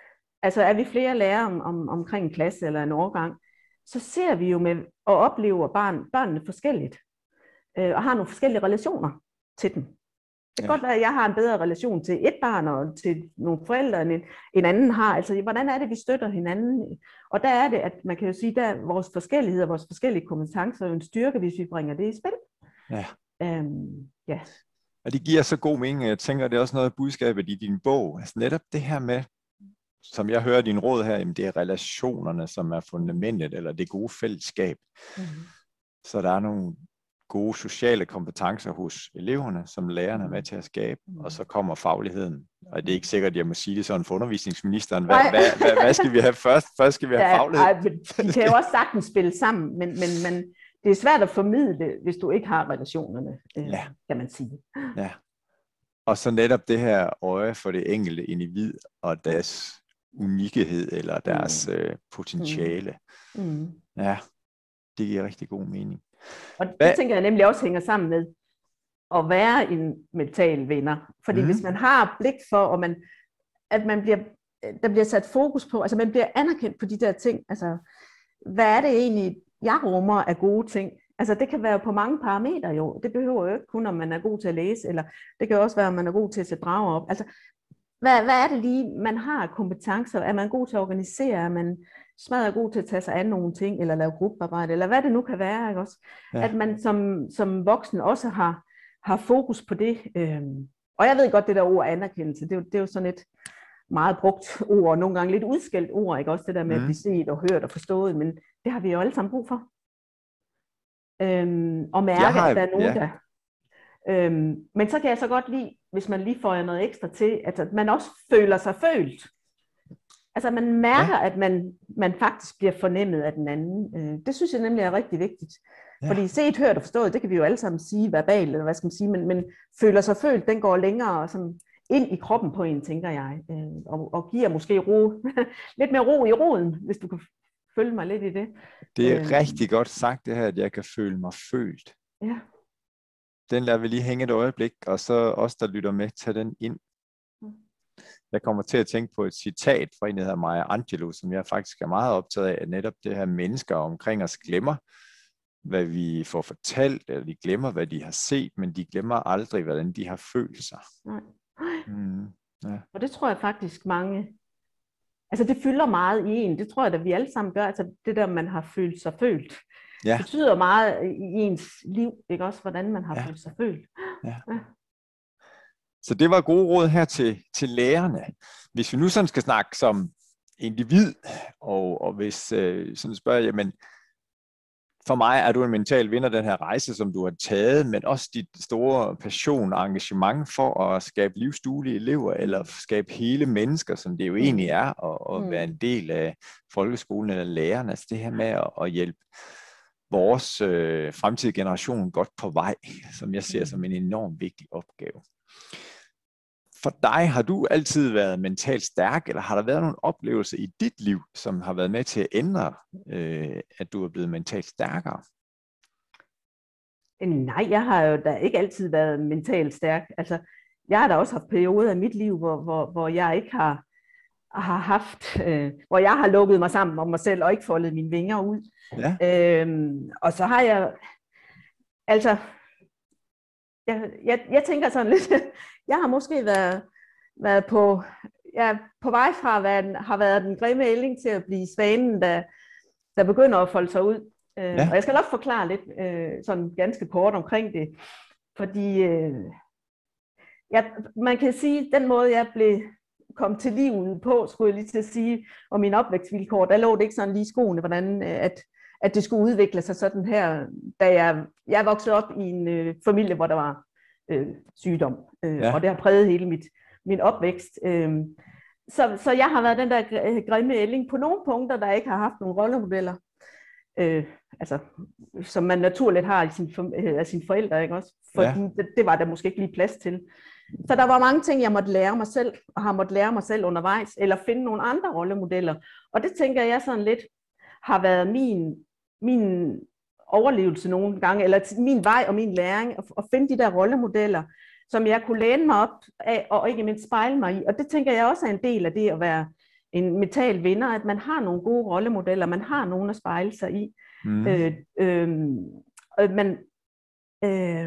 altså er vi flere lærere om, om, omkring en klasse eller en årgang, så ser vi jo med og oplever barn, børnene forskelligt, øh, og har nogle forskellige relationer til dem. Det kan ja. godt være, at jeg har en bedre relation til et barn og til nogle forældre, end en anden har. Altså, hvordan er det, vi støtter hinanden? Og der er det, at man kan jo sige, at vores forskelligheder, vores forskellige kompetencer er jo en styrke, hvis vi bringer det i spil. Ja. Øhm, ja. Og det giver så god mening. Jeg tænker, det er også noget af budskabet i din bog. Altså netop det her med, som jeg hører din råd her, jamen det er relationerne, som er fundamentet, eller det gode fællesskab. Mm-hmm. Så der er nogle gode sociale kompetencer hos eleverne, som lærerne er med til at skabe, og så kommer fagligheden. Og det er ikke sikkert, at jeg må sige det sådan for undervisningsministeren. Hvad, hvad, hvad, hvad skal vi have først? Først skal vi have ja, faglighed. Ej, de kan jo også sagtens spille sammen, men, men, men det er svært at formidle, hvis du ikke har relationerne, øh, ja. kan man sige. Ja. Og så netop det her øje for det enkelte individ og deres unikhed eller deres mm. øh, potentiale. Mm. Ja, det giver rigtig god mening. Og det Hvad? tænker jeg nemlig også hænger sammen med at være en mental vinder. Fordi mm. hvis man har blik for, og man, at man bliver, der bliver sat fokus på, altså man bliver anerkendt på de der ting, altså hvad er det egentlig, jeg rummer af gode ting? Altså det kan være på mange parametre jo. Det behøver jo ikke kun, om man er god til at læse, eller det kan også være, om man er god til at sætte drager op. Altså hvad, hvad er det lige, man har kompetencer? Er man god til at organisere? Er man smadret god til at tage sig af nogle ting, eller lave gruppearbejde, eller hvad det nu kan være, ikke også? Ja. At man som, som voksen også har, har fokus på det. Øhm, og jeg ved godt, det der ord anerkendelse, det er, jo, det er jo sådan et meget brugt ord, og nogle gange lidt udskældt ord, ikke også? Det der med mm. at blive set og hørt og forstået, men det har vi jo alle sammen brug for. Øhm, og mærke, har, at der er nogen, ja. der... Øhm, men så kan jeg så godt lide, hvis man lige får noget ekstra til, at man også føler sig følt. Altså man mærker, ja. at man, man faktisk bliver fornemmet af den anden. Det synes jeg nemlig er rigtig vigtigt. Ja. Fordi set, hørt og forstået, det kan vi jo alle sammen sige verbalt, eller hvad skal man sige, men, men føler sig følt, den går længere sådan ind i kroppen på en, tænker jeg, og, og giver måske ro, lidt mere ro i roden, hvis du kan følge mig lidt i det. Det er øh, rigtig godt sagt det her, at jeg kan føle mig følt. Ja. Den lader vi lige hænge et øjeblik, og så os, der lytter med, tager den ind. Jeg kommer til at tænke på et citat fra en, der hedder Maya Angelou, som jeg faktisk er meget optaget af, at netop det her mennesker omkring os glemmer, hvad vi får fortalt, eller de glemmer, hvad de har set, men de glemmer aldrig, hvordan de har følt sig. Nej. Mm, ja. Og det tror jeg faktisk mange, altså det fylder meget i en, det tror jeg, at vi alle sammen gør, altså det der, man har følt sig følt. Ja. Det betyder meget i ens liv, ikke også, hvordan man har ja. følt sig følt. Ja. Ja. Så det var gode råd her til, til lærerne. Hvis vi nu sådan skal snakke som individ, og, og hvis øh, sådan spørger, jamen, for mig er du en mental vinder den her rejse, som du har taget, men også dit store passion og engagement for at skabe livsduelige elever, eller skabe hele mennesker, som det jo egentlig er, og, og være en del af folkeskolen eller lærerne. Altså det her med at, at hjælpe vores øh, fremtidige generation godt på vej, som jeg ser som en enormt vigtig opgave. For dig, har du altid været mentalt stærk, eller har der været nogle oplevelser i dit liv, som har været med til at ændre, øh, at du er blevet mentalt stærkere? Nej, jeg har jo da ikke altid været mentalt stærk. Altså, jeg har da også haft perioder af mit liv, hvor, hvor, hvor jeg ikke har, har haft, øh, hvor jeg har lukket mig sammen om mig selv, og ikke foldet mine vinger ud. Ja. Øhm, og så har jeg, altså, jeg, jeg, jeg tænker sådan lidt, jeg har måske været, været på, ja, på vej fra at være, har været den grimme ælling til at blive svanen, der, der begynder at folde sig ud. Ja. Og jeg skal nok forklare lidt øh, sådan ganske kort omkring det, fordi øh, ja, man kan sige, den måde jeg blev kom til livet på, skulle jeg lige til at sige, og mine opvækstvilkår, der lå det ikke sådan lige i skoene, hvordan at, at det skulle udvikle sig sådan her, da jeg, jeg voksede op i en øh, familie, hvor der var øh, sygdom, øh, ja. Og det har præget hele mit, min opvækst. Øh, så, så jeg har været den der grimme ælling på nogle punkter, der ikke har haft nogle rollemodeller, øh, altså, som man naturligt har i sin, af sine forældre, ikke også? Fordi ja. det, det var der måske ikke lige plads til. Så der var mange ting, jeg måtte lære mig selv, og har måttet lære mig selv undervejs, eller finde nogle andre rollemodeller. Og det tænker jeg sådan lidt, har været min, min overlevelse nogle gange, eller min vej og min læring, at, at finde de der rollemodeller, som jeg kunne læne mig op af, og ikke mindst spejle mig i. Og det tænker jeg også er en del af det at være en mental vinder, at man har nogle gode rollemodeller, man har nogen at spejle sig i. Mm. Øh, øh, man, øh,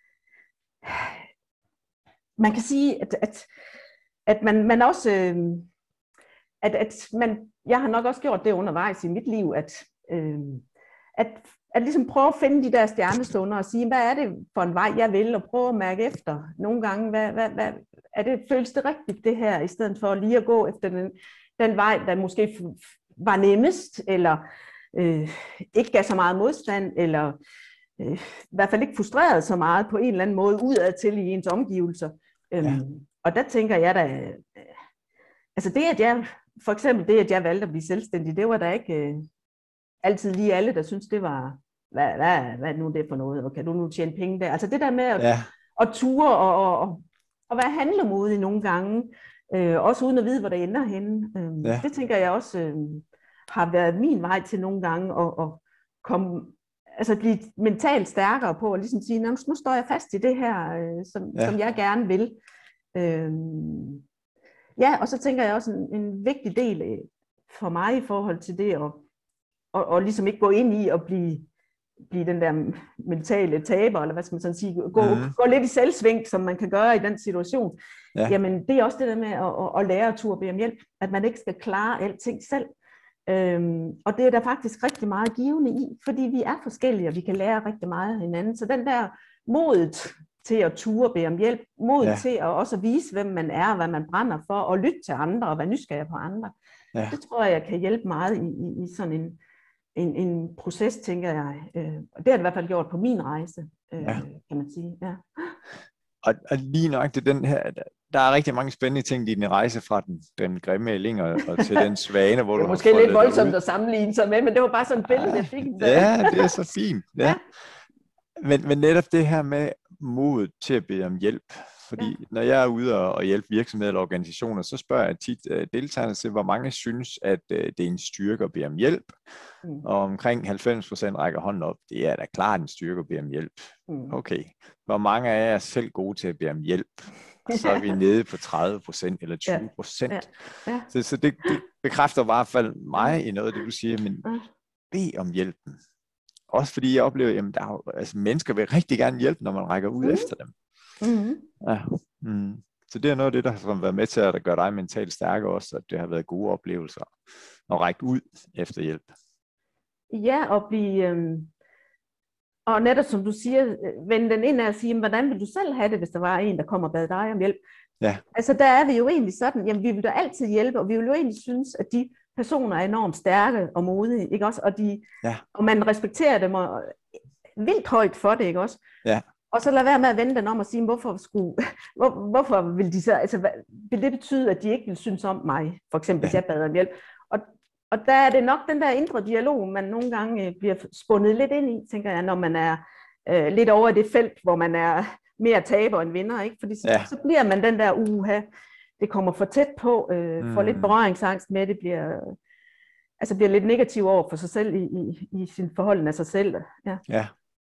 man kan sige, at, at, at man, man også, øh, at, at man, jeg har nok også gjort det undervejs i mit liv, at, øh, at, at ligesom prøve at finde de der stjernestunder og sige, hvad er det for en vej, jeg vil, og prøve at mærke efter nogle gange, hvad, hvad, hvad, er det, føles det rigtigt det her, i stedet for lige at gå efter den, den vej, der måske var nemmest, eller øh, ikke gav så meget modstand, eller øh, i hvert fald ikke frustreret så meget på en eller anden måde udad til i ens omgivelser. Øhm, ja. Og der tænker jeg da, øh, altså det, at jeg, for eksempel det, at jeg valgte at blive selvstændig, det var da ikke øh, altid lige alle, der synes det var, hvad, hvad, hvad er nu det for noget, og kan du nu tjene penge der? Altså det der med at, ja. at ture og, og, og, og være handlemodig nogle gange, øh, også uden at vide, hvor det ender henne. Øh, ja. Det tænker jeg også øh, har været min vej til nogle gange at, at komme, altså blive mentalt stærkere på, og ligesom sige, nu står jeg fast i det her, øh, som, ja. som jeg gerne vil. Øh, ja, og så tænker jeg også en, en vigtig del for mig i forhold til det, at og, og ligesom ikke gå ind i at blive, blive den der mentale taber, eller hvad skal man sådan sige, gå, mm. gå lidt i selvsving, som man kan gøre i den situation. Ja. Jamen, det er også det der med at, at, at lære at turde bede om hjælp, at man ikke skal klare alting selv. Øhm, og det er der faktisk rigtig meget givende i, fordi vi er forskellige, og vi kan lære rigtig meget af hinanden. Så den der modet til at ture bede om hjælp, modet ja. til at også vise, hvem man er, hvad man brænder for, og lytte til andre, og være nysgerrig på andre, ja. det tror jeg kan hjælpe meget i, i, i sådan en En, en proces, tænker jeg. Øh, og det har det i hvert fald gjort på min rejse, øh, ja. kan man sige. Ja. Og, og lige nok til den her, der er rigtig mange spændende ting i din rejse fra den, den grimme ælling og, og til den svane, hvor det er du måske har lidt voldsomt at sammenligne sig med, men det var bare sådan et billede, jeg fik. Ja, det er så fint. Ja. Ja. Men, men netop det her med modet til at bede om hjælp, fordi ja. når jeg er ude og, og hjælpe virksomheder eller organisationer, så spørger jeg tit uh, deltagerne til, hvor mange synes, at uh, det er en styrke at bede om hjælp. Mm. Og omkring halvfems procent rækker hånden op. Det er da klart en styrke at bede om hjælp. Mm. Okay. Hvor mange af jer er selv gode til at bede om hjælp? Og så er vi nede på tredive procent eller tyve procent. Ja. Ja. Ja. Så, så det, det bekræfter i hvert fald mig i noget af det, du siger, men bed om hjælpen. Også fordi jeg oplever, at der er, altså, mennesker vil rigtig gerne hjælpe, når man rækker ud mm. efter dem. Mm. Ja. Mm. Så det er noget af det, der har været med til at gøre dig mentalt stærkere også, at det har været gode oplevelser at række ud efter hjælp. Ja, og blive, øh, og netop som du siger, vende den ind og sige, hvordan vil du selv have det, hvis der var en, der kommer og bad dig om hjælp? Ja. Altså der er vi jo egentlig sådan, jamen vi vil da altid hjælpe, og vi vil jo egentlig synes, at de personer er enormt stærke og modige, ikke også? Og, de, ja. og man respekterer dem og vildt højt for det, ikke også? Ja. Og så lad være med at vende den om og sige, hvorfor, skulle, hvor, hvorfor vil de så, altså hvad, vil det betyde, at de ikke vil synes om mig, for eksempel hvis ja. jeg bad om hjælp? Og, og der er det nok den der indre dialog, man nogle gange bliver spundet lidt ind i, tænker jeg, når man er øh, lidt over i det felt, hvor man er mere taber end vinder, ikke? Fordi så, ja. så bliver man den der uha, det kommer for tæt på, øh, mm. får lidt berøringsangst med, det bliver, altså bliver lidt negativ over for sig selv i, i, i sin forhold af sig selv. Ja. ja.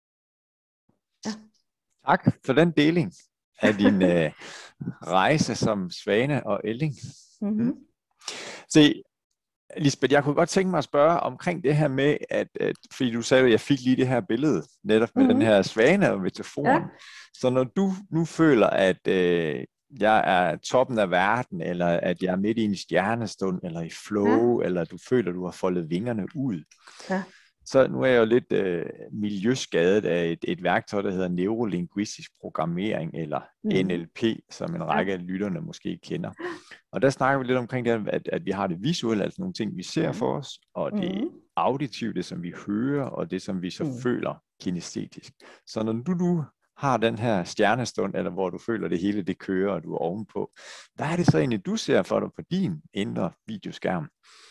ja. Tak for den deling af din øh, rejse som svane og ælling. Mm-hmm. Se, Lisbeth, jeg kunne godt tænke mig at spørge omkring det her med, at, at fordi du sagde, at jeg fik lige det her billede, netop med mm-hmm. den her svane og metaforen. Ja. Så når du nu føler, at øh, jeg er toppen af verden, eller at jeg er midt i en stjernestund, eller i flow, ja. eller du føler, at du har foldet vingerne ud, ja. så nu er jeg jo lidt øh, miljøskadet af et, et værktøj, der hedder neurolinguistisk programmering, eller mm. N L P, som en række af lytterne måske kender. Og der snakker vi lidt omkring det, at, at vi har det visuelle, altså nogle ting, vi ser for os, og det mm. auditive, det som vi hører, og det som vi så mm. føler kinestetisk. Så når du nu har den her stjernestund, eller hvor du føler, det hele det kører, og du er ovenpå, hvad er det så egentlig, du ser for dig på din indre videoskærm?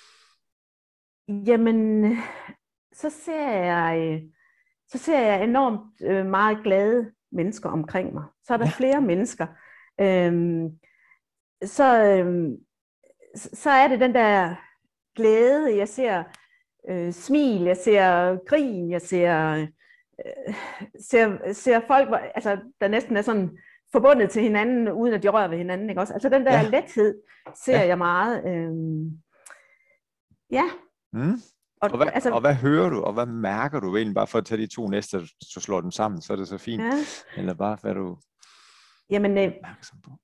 Jamen, så ser jeg, så ser jeg enormt øh, meget glade mennesker omkring mig. Så er der ja. flere mennesker. Øhm, så, øhm, så er det den der glæde, jeg ser øh, smil, jeg ser grin, jeg ser, øh, ser, ser folk, altså, der næsten er sådan forbundet til hinanden, uden at de rører ved hinanden. Ikke også? Altså den der ja. lethed ser ja. jeg meget. Øhm, Ja. Mm. Og, Og hvad, altså, og hvad hører du, og hvad mærker du egentlig, bare for at tage de to næste, så slår dem sammen, så er det så fint. ja. Eller bare, hvad du Jamen, er øh, opmærksom på.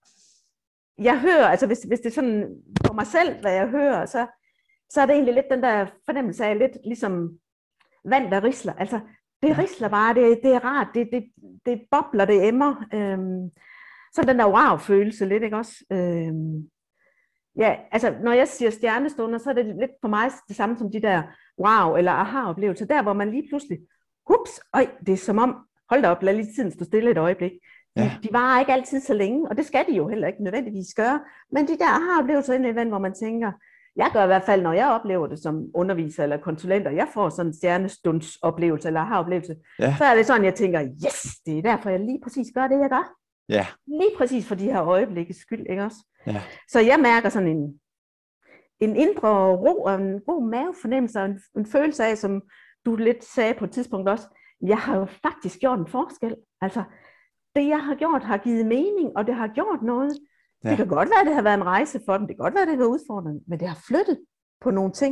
jeg hører, altså hvis, hvis det er sådan for mig selv, hvad jeg hører, så, så er det egentlig lidt den der fornemmelse af, lidt ligesom vand, der risler. Altså, det Ja. risler bare, det, det er rart, det, det, det bobler, det emmer. Øhm, så den der wow-følelse lidt, ikke også? Øhm, ja, altså når jeg siger stjernestunder, så er det lidt for mig det samme som de der wow- eller aha-oplevelser, der hvor man lige pludselig, hups, øj, det er som om, hold da op, lad lige tiden stå stille et øjeblik. De, Ja. de varer ikke altid så længe, og det skal de jo heller ikke nødvendigvis gøre, men de der aha-oplevelser indimellem, hvor man tænker, jeg gør i hvert fald, når jeg oplever det som underviser eller konsulenter, jeg får sådan en stjernestunds-oplevelse eller aha-oplevelse, Ja. så er det sådan, jeg tænker, yes, det er derfor, jeg lige præcis gør det, jeg gør. Ja. Lige præcis for de her øjeblikkes skyld, ikke også? Ja. Så jeg mærker sådan en, en indre ro og en god mavefornemmelse og en, en følelse af, som du lidt sagde på et tidspunkt også, jeg har jo faktisk gjort en forskel. Altså, det jeg har gjort har givet mening, og det har gjort noget. Ja. Det kan godt være, at det har været en rejse for dem, det kan godt være, at det har været udfordrende, men det har flyttet på nogle ting.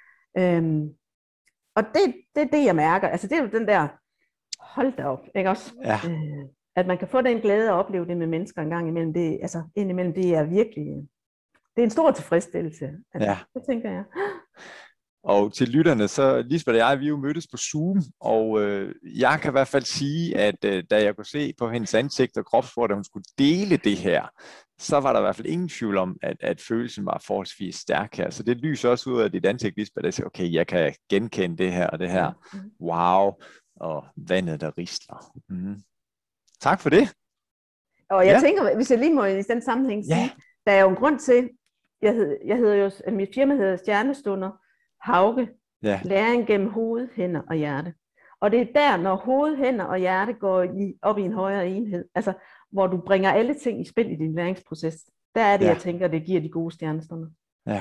Øhm, og det, det er det, jeg mærker. Altså, det er jo den der, hold da op, ikke også? Ja. Øh, at man kan få den glæde og opleve det med mennesker en gang imellem, det, altså indimellem, det er virkelig, det er en stor tilfredsstillelse. Altså, Ja. det tænker jeg. Og til lytterne, så Lisbeth og jeg, vi er jo mødtes på Zoom, og øh, jeg kan i hvert fald sige, at øh, da jeg kunne se på hendes ansigt og kropssprog, da hun skulle dele det her, så var der i hvert fald ingen tvivl om, at, at følelsen var forholdsvis stærk her. Så det lyser også ud af dit ansigt, Lisbeth, at siger, okay, jeg kan genkende det her og det her. Wow, og vandet, der risler. Mm. Tak for det. Og jeg Ja. tænker, hvis jeg lige må i den sammenhæng sige, Ja. der er jo en grund til, jeg hedder, jeg hedder jo, at mit firma hedder Stjernestunder Hauge, Ja. læring gennem hoved, hænder og hjerte. Og det er der, når hoved, hænder og hjerte går i, op i en højere enhed, altså hvor du bringer alle ting i spil i din læringsproces, der er det, Ja. jeg tænker, det giver de gode stjernestunder. Ja.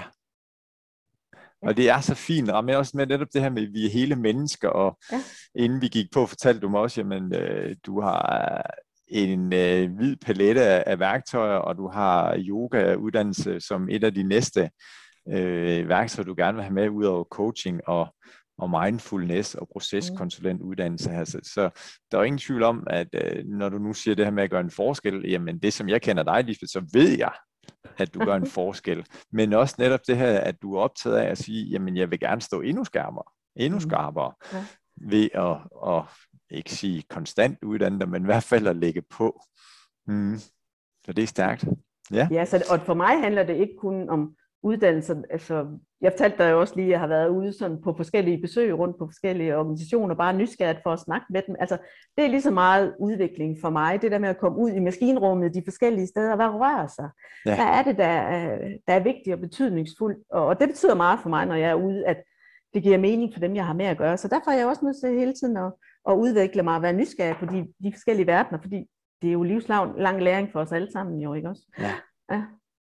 Og det er så fint, og med også med netop det her med, at vi er hele mennesker, og Ja. inden vi gik på, fortalte du mig også, jamen øh, du har en øh, hvid palette af, af værktøjer, og du har yoga-uddannelse som et af de næste øh, værktøjer, du gerne vil have med, ud over coaching og, og mindfulness og proceskonsulentuddannelse her. Så, så der er ingen tvivl om, at øh, når du nu siger det her med at gøre en forskel, jamen det som jeg kender dig, Lisbeth, så ved jeg, at du gør en forskel. Men også netop det her, at du er optaget af at sige, jamen jeg vil gerne stå endnu skarpere, endnu skarpere, ja. ved at, at ikke sige konstant uddanne dig, men i hvert fald at lægge på. Mm. Så det er stærkt. Ja, ja så, og for mig handler det ikke kun om uddannelser. Altså, jeg fortalte dig jo også lige, at jeg har været ude sådan på forskellige besøg rundt på forskellige organisationer, bare nysgerrigt for at snakke med dem. Altså, det er lige så meget udvikling for mig, det der med at komme ud i maskinrummet, de forskellige steder, hvad rører sig? Ja. Hvad er det, der er, der er vigtigt og betydningsfuldt? Og, og det betyder meget for mig, når jeg er ude, at det giver mening for dem, jeg har med at gøre. Så derfor er jeg også nødt til hele tiden at, at udvikle mig og være nysgerrig på de, de forskellige verdener, fordi det er jo livslang lang læring for os alle sammen, jo, ikke også? Ja. Ja.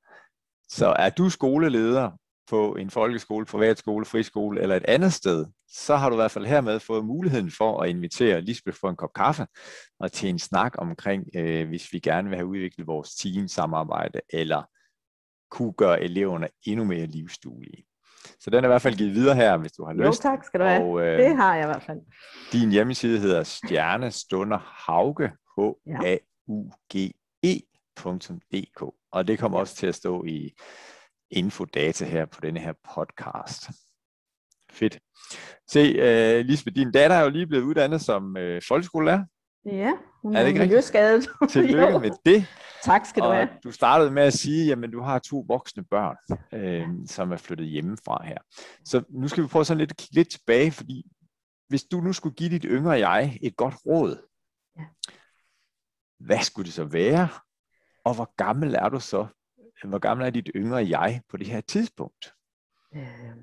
Så er du skoleleder på en folkeskole, privatskole, friskole eller et andet sted, så har du i hvert fald hermed fået muligheden for at invitere Lisbeth for en kop kaffe og til en snak omkring, øh, hvis vi gerne vil have udviklet vores teamsamarbejde eller kunne gøre eleverne endnu mere livsduelige. Så den er i hvert fald givet videre her, hvis du har jo, lyst. Jo tak skal du have. Og, øh, det har jeg i hvert fald. Din hjemmeside hedder Stjernestunder Hauge, H A U G E punktum D K. Og det kommer ja. også til at stå i infodata her på denne her podcast. Fedt. Se, uh, Lisbeth, din datter er jo lige blevet uddannet som uh, folkeskolelærer. Ja, hun er, er, er miljøskadet. Tillykke med det. Tak skal du og have. Du startede med at sige, at du har to voksne børn, øh, som er flyttet hjemmefra her. Så nu skal vi prøve sådan lidt at kigge lidt tilbage, fordi hvis du nu skulle give dit yngre jeg et godt råd, ja. hvad skulle det så være? Og hvor gammel er du så? Hvor gammel er dit yngre jeg på det her tidspunkt? Øh,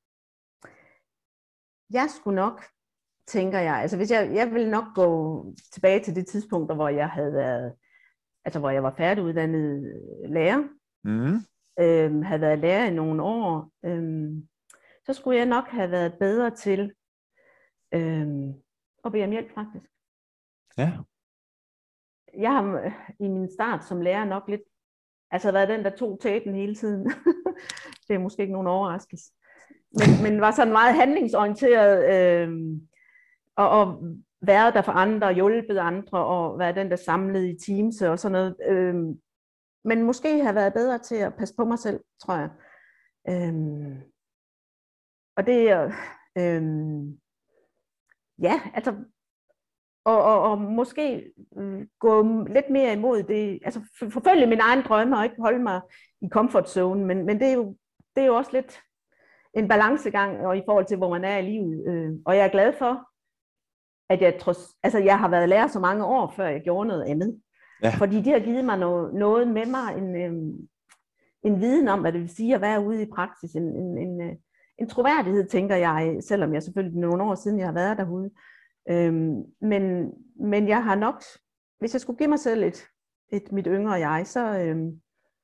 jeg skulle nok, tænker jeg, altså hvis jeg, jeg vil nok gå tilbage til det tidspunkt, hvor jeg havde været, altså hvor jeg var færdiguddannet lærer, mm. øhm, havde været lærer i nogle år, øhm, så skulle jeg nok have været bedre til øhm, at bede om hjælp faktisk. Ja. Jeg har i min start som lærer nok lidt, altså været den, der tog tæten hele tiden. Det er måske ikke nogen overraskelse. men, men var sådan meget handlingsorienteret, øh, og, og været der for andre, og hjulpet andre, og været den, der samlede i teams og sådan noget. Øh, men måske have været bedre til at passe på mig selv, tror jeg. Øh, og det er... Øh, ja, altså... Og, og, og måske øh, gå lidt mere imod det, altså forfølge mine egne drømme og ikke holde mig i comfort zone, men, men det, er jo, det er jo også lidt en balancegang og i forhold til, hvor man er i livet. Øh, og jeg er glad for, at jeg, trods, altså, jeg har været lærer så mange år, før jeg gjorde noget andet. Ja. Fordi de har givet mig noget, noget med mig, en, øh, en viden om, hvad det vil sige at være ude i praksis, en, en, en, en troværdighed, tænker jeg, selvom jeg selvfølgelig nogle år siden, jeg har været derude. Øhm, men, men jeg har nok, hvis jeg skulle give mig selv et, et mit yngre jeg, så, øhm,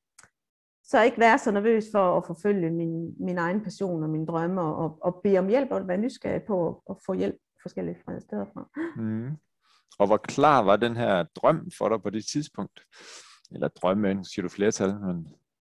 så ikke være så nervøs for at forfølge min, min egen passion og mine drømme, og, og bede om hjælp og være nysgerrig på at få hjælp forskellige steder fra. Mm. Og hvor klar var den her drøm for dig på det tidspunkt? Eller drømme, siger du flertal? Men...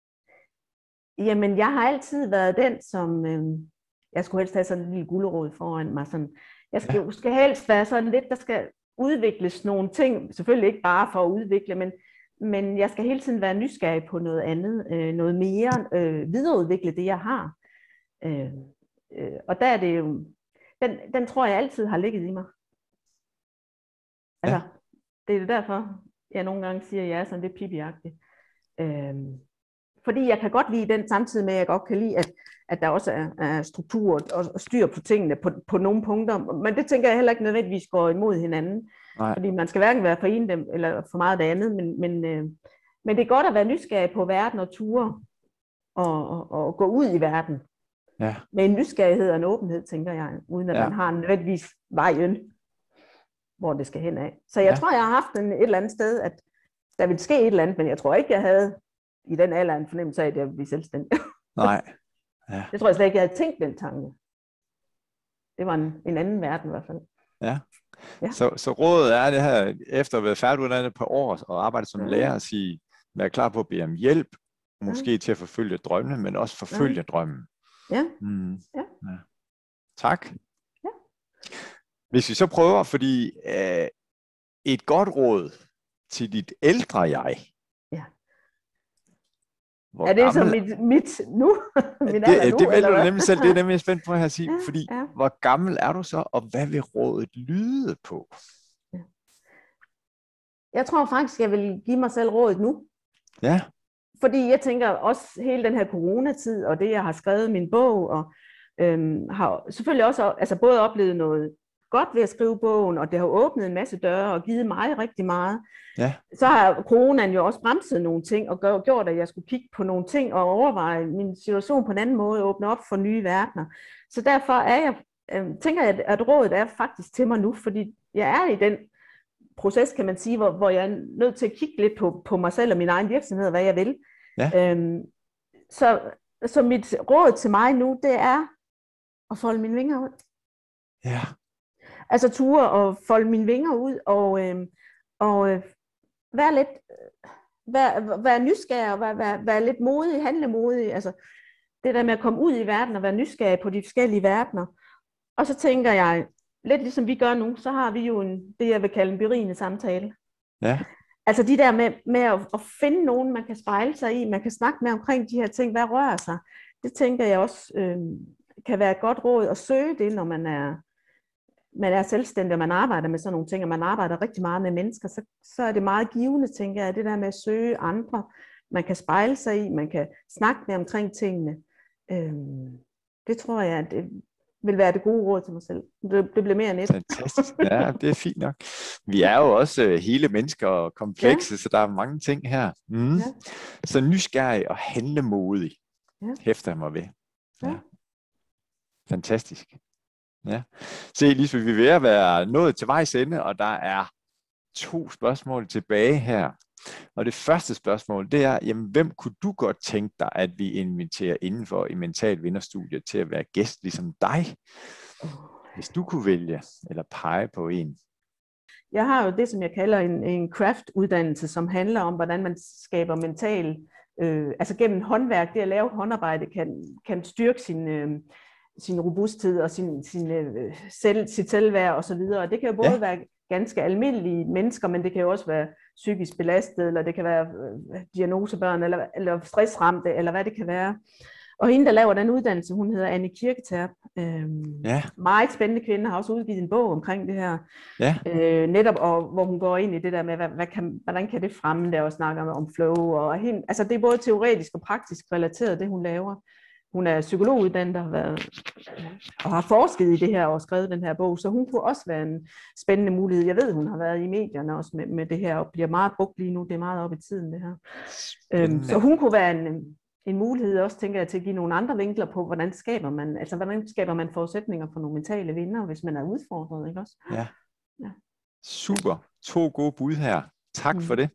Jamen, jeg har altid været den, som øhm, jeg skulle helst have sådan en lille gulerod foran mig, sådan. Jeg skal, ja. skal helst være sådan lidt, der skal udvikles nogle ting, selvfølgelig ikke bare for at udvikle, men, men jeg skal hele tiden være nysgerrig på noget andet, øh, noget mere, øh, videreudvikle det, jeg har. Øh, øh, og der er det jo, den, den tror jeg altid har ligget i mig. Altså, ja. Det er jo derfor, jeg nogle gange siger, at jeg er sådan lidt Pippi-agtig. Øh, Fordi jeg kan godt lide den, samtidig med, at jeg godt kan lide, at, at der også er, er struktur og styr på tingene på, på nogle punkter. Men det tænker jeg heller ikke nødvendigvis går imod hinanden. Nej. Fordi man skal hverken være for en dem, eller for meget af det andet. Men, men, øh, men det er godt at være nysgerrig på verden og ture og, og, og gå ud i verden. Ja. Med en nysgerrighed og en åbenhed, tænker jeg. Uden at ja. man har nødvendigvis vejen, hvor det skal hen af. Så jeg ja. tror, jeg har haft en, et eller andet sted, at der vil ske et eller andet, men jeg tror ikke, jeg havde... i den alder en fornemmelse af, at jeg vil blive selvstændig. Nej. Ja. Det tror jeg slet ikke, jeg havde tænkt den tanke. Det var en, en anden verden i hvert fald. Ja. ja. Så, så rådet er det her, efter at være færdiguddannet på år og arbejde som ja. lærer, at sige, være klar på at bede om hjælp, måske ja. til at forfølge drømmene, men også forfølge ja. drømmen. Ja. Mm. ja. ja. Tak. Ja. Hvis vi så prøver, fordi øh, et godt råd til dit ældre jeg, hvor er det gammel... så mit, mit nu? Min det, det, nu, det vælger du nemlig selv, det er nemlig spændt på at sige, ja, fordi ja. hvor gammel er du så, og hvad vil rådet lyde på? Ja. Jeg tror faktisk, jeg vil give mig selv rådet nu. Ja. Fordi jeg tænker også hele den her coronatid, og det jeg har skrevet i min bog, og øhm, har selvfølgelig også altså både oplevet noget godt ved at skrive bogen, og det har åbnet en masse døre og givet mig rigtig meget. Ja. Så har coronaen jo også bremset nogle ting og gjort, at jeg skulle kigge på nogle ting og overveje min situation på en anden måde, åbne op for nye verdener. Så derfor er jeg, øh, tænker jeg, at rådet er faktisk til mig nu, fordi jeg er i den proces, kan man sige, hvor, hvor jeg er nødt til at kigge lidt på, på mig selv og min egen virksomhed, og hvad jeg vil. Ja. Øhm, så, så mit råd til mig nu, det er at folde mine vinger ud. Ja. Altså ture og folde mine vinger ud og, øh, og øh, være lidt, være, være nysgerrig og være, være, være lidt modig, handlemodig. Altså det der med at komme ud i verden og være nysgerrig på de forskellige verdener. Og så tænker jeg, lidt ligesom vi gør nu, så har vi jo en, det jeg vil kalde en berigende samtale. Ja. Altså de der med, med at, at finde nogen, man kan spejle sig i, man kan snakke med omkring de her ting, hvad rører sig. Det tænker jeg også øh, kan være et godt råd at søge det, når man er man er selvstændig, og man arbejder med sådan nogle ting, og man arbejder rigtig meget med mennesker, så, så er det meget givende, tænker jeg, det der med at søge andre, man kan spejle sig i, man kan snakke med omkring tingene. Øhm, det tror jeg, at det vil være det gode råd til mig selv. Det, det bliver mere end et. Fantastisk. Ja, det er fint nok. Vi er jo også hele mennesker og komplekse, ja. Så der er mange ting her. Mm. Ja. Så nysgerrig og handlemodig, ja. hæfter jeg mig ved. Ja. Ja. Fantastisk. Ja. Se, Lisbeth, vi er ved at være nået til vejs ende, og der er to spørgsmål tilbage her. Og det første spørgsmål, det er, jamen, hvem kunne du godt tænke dig, at vi inviterer indenfor i Mental Vinderstudiet til at være gæst ligesom dig? Hvis du kunne vælge eller pege på en. Jeg har jo det, som jeg kalder en, en craft-uddannelse, som handler om, hvordan man skaber mental, øh, altså gennem håndværk, det at lave håndarbejde, kan, kan styrke sin... Øh, sin robusthed og sin, sin, øh, selv, sit selvværd og så videre. Og det kan jo både ja. være ganske almindelige mennesker, men det kan jo også være psykisk belastet, eller det kan være øh, diagnosebørn, eller, eller stressramte, eller hvad det kan være. Og hende, der laver den uddannelse, hun hedder Anne Kirketerp. Øhm, ja. Meget spændende kvinde, har også udgivet en bog omkring det her. Ja. Øh, netop, og, hvor hun går ind i det der med, hvad, hvad kan, hvordan kan det fremme der, og snakker om flow. Og hende, altså det er både teoretisk og praktisk relateret, det hun laver. Hun er psykologuddannet og har, været, og har forsket i det her og skrevet den her bog, så hun kunne også være en spændende mulighed. Jeg ved, hun har været i medierne også med, med det her, og bliver meget brugt lige nu. Det er meget op i tiden, det her. Øhm, så hun kunne være en, en mulighed også, tænker jeg, til at give nogle andre vinkler på, hvordan skaber man, altså hvordan skaber man forudsætninger for nogle mentale vinder, hvis man er udfordret, ikke også? Ja. Ja. Super. To gode bud her. Tak mm. for det.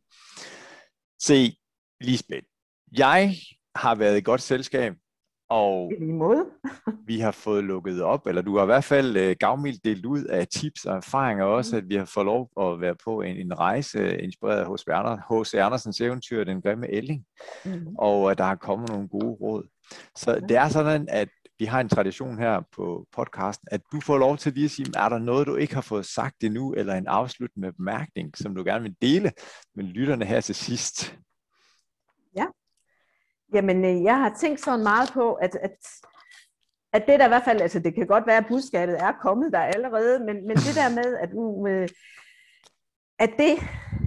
Se, Lisbeth, jeg har været i godt selskab, og i måde. vi har fået lukket op, eller du har i hvert fald uh, gavmildt delt ud af tips og erfaringer også, mm. at vi har fået lov at være på en, en rejse inspireret af H C Andersens eventyr, Den grimme ælling, mm. og at der har kommet nogle gode råd. Så ja. Det er sådan, at vi har en tradition her på podcasten, at du får lov til lige at sige, er der noget, du ikke har fået sagt endnu, eller en afsluttende bemærkning, som du gerne vil dele med lytterne her til sidst? Ja. Jamen, jeg har tænkt sådan meget på, at, at, at det der i hvert fald, altså det kan godt være, at budskabet er kommet der allerede, men, men det der med, at, uh, at det,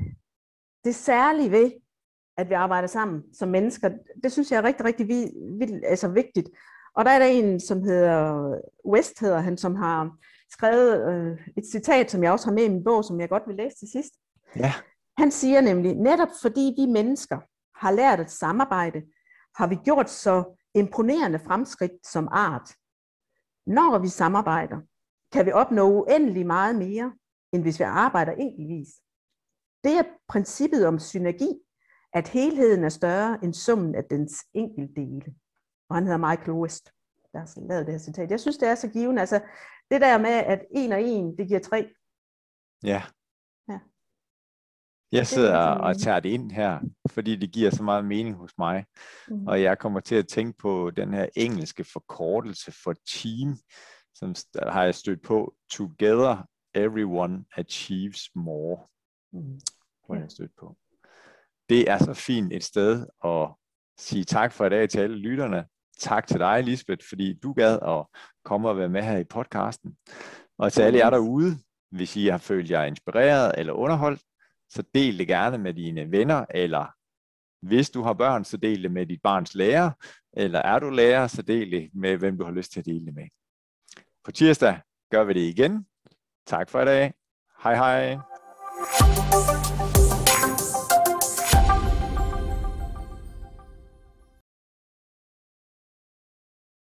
det særlige ved, at vi arbejder sammen som mennesker, det synes jeg er rigtig, rigtig vi, vi, altså vigtigt. Og der er der en, som hedder West, hedder han, som har skrevet øh, et citat, som jeg også har med i min bog, som jeg godt vil læse til sidst. Ja. Han siger nemlig, netop fordi vi mennesker har lært at samarbejde, har vi gjort så imponerende fremskridt som art. Når vi samarbejder, kan vi opnå uendelig meget mere, end hvis vi arbejder enkeltvis. Det er princippet om synergi, at helheden er større end summen af dens enkeltdele. Og han hedder Michael West, der har lavet det her citat. Jeg synes, det er så givende. Altså, det der med, at en og en, det giver tre. Ja. Ja. Jeg sidder og tager det ind her, fordi det giver så meget mening hos mig. Mm. Og jeg kommer til at tænke på den her engelske forkortelse for team, som har jeg stødt på. Together, everyone achieves more. Mm. Hvor jeg stødt på. Det er så fint et sted at sige tak for i dag til alle lytterne. Tak til dig, Lisbeth, fordi du gad at komme og være med her i podcasten. Og til alle jer derude, hvis I har følt jer inspireret eller underholdt, så del det gerne med dine venner, eller hvis du har børn, så del det med dit barns lærer, eller er du lærer, så del det med, hvem du har lyst til at dele det med. På tirsdag gør vi det igen. Tak for i dag. Hej hej.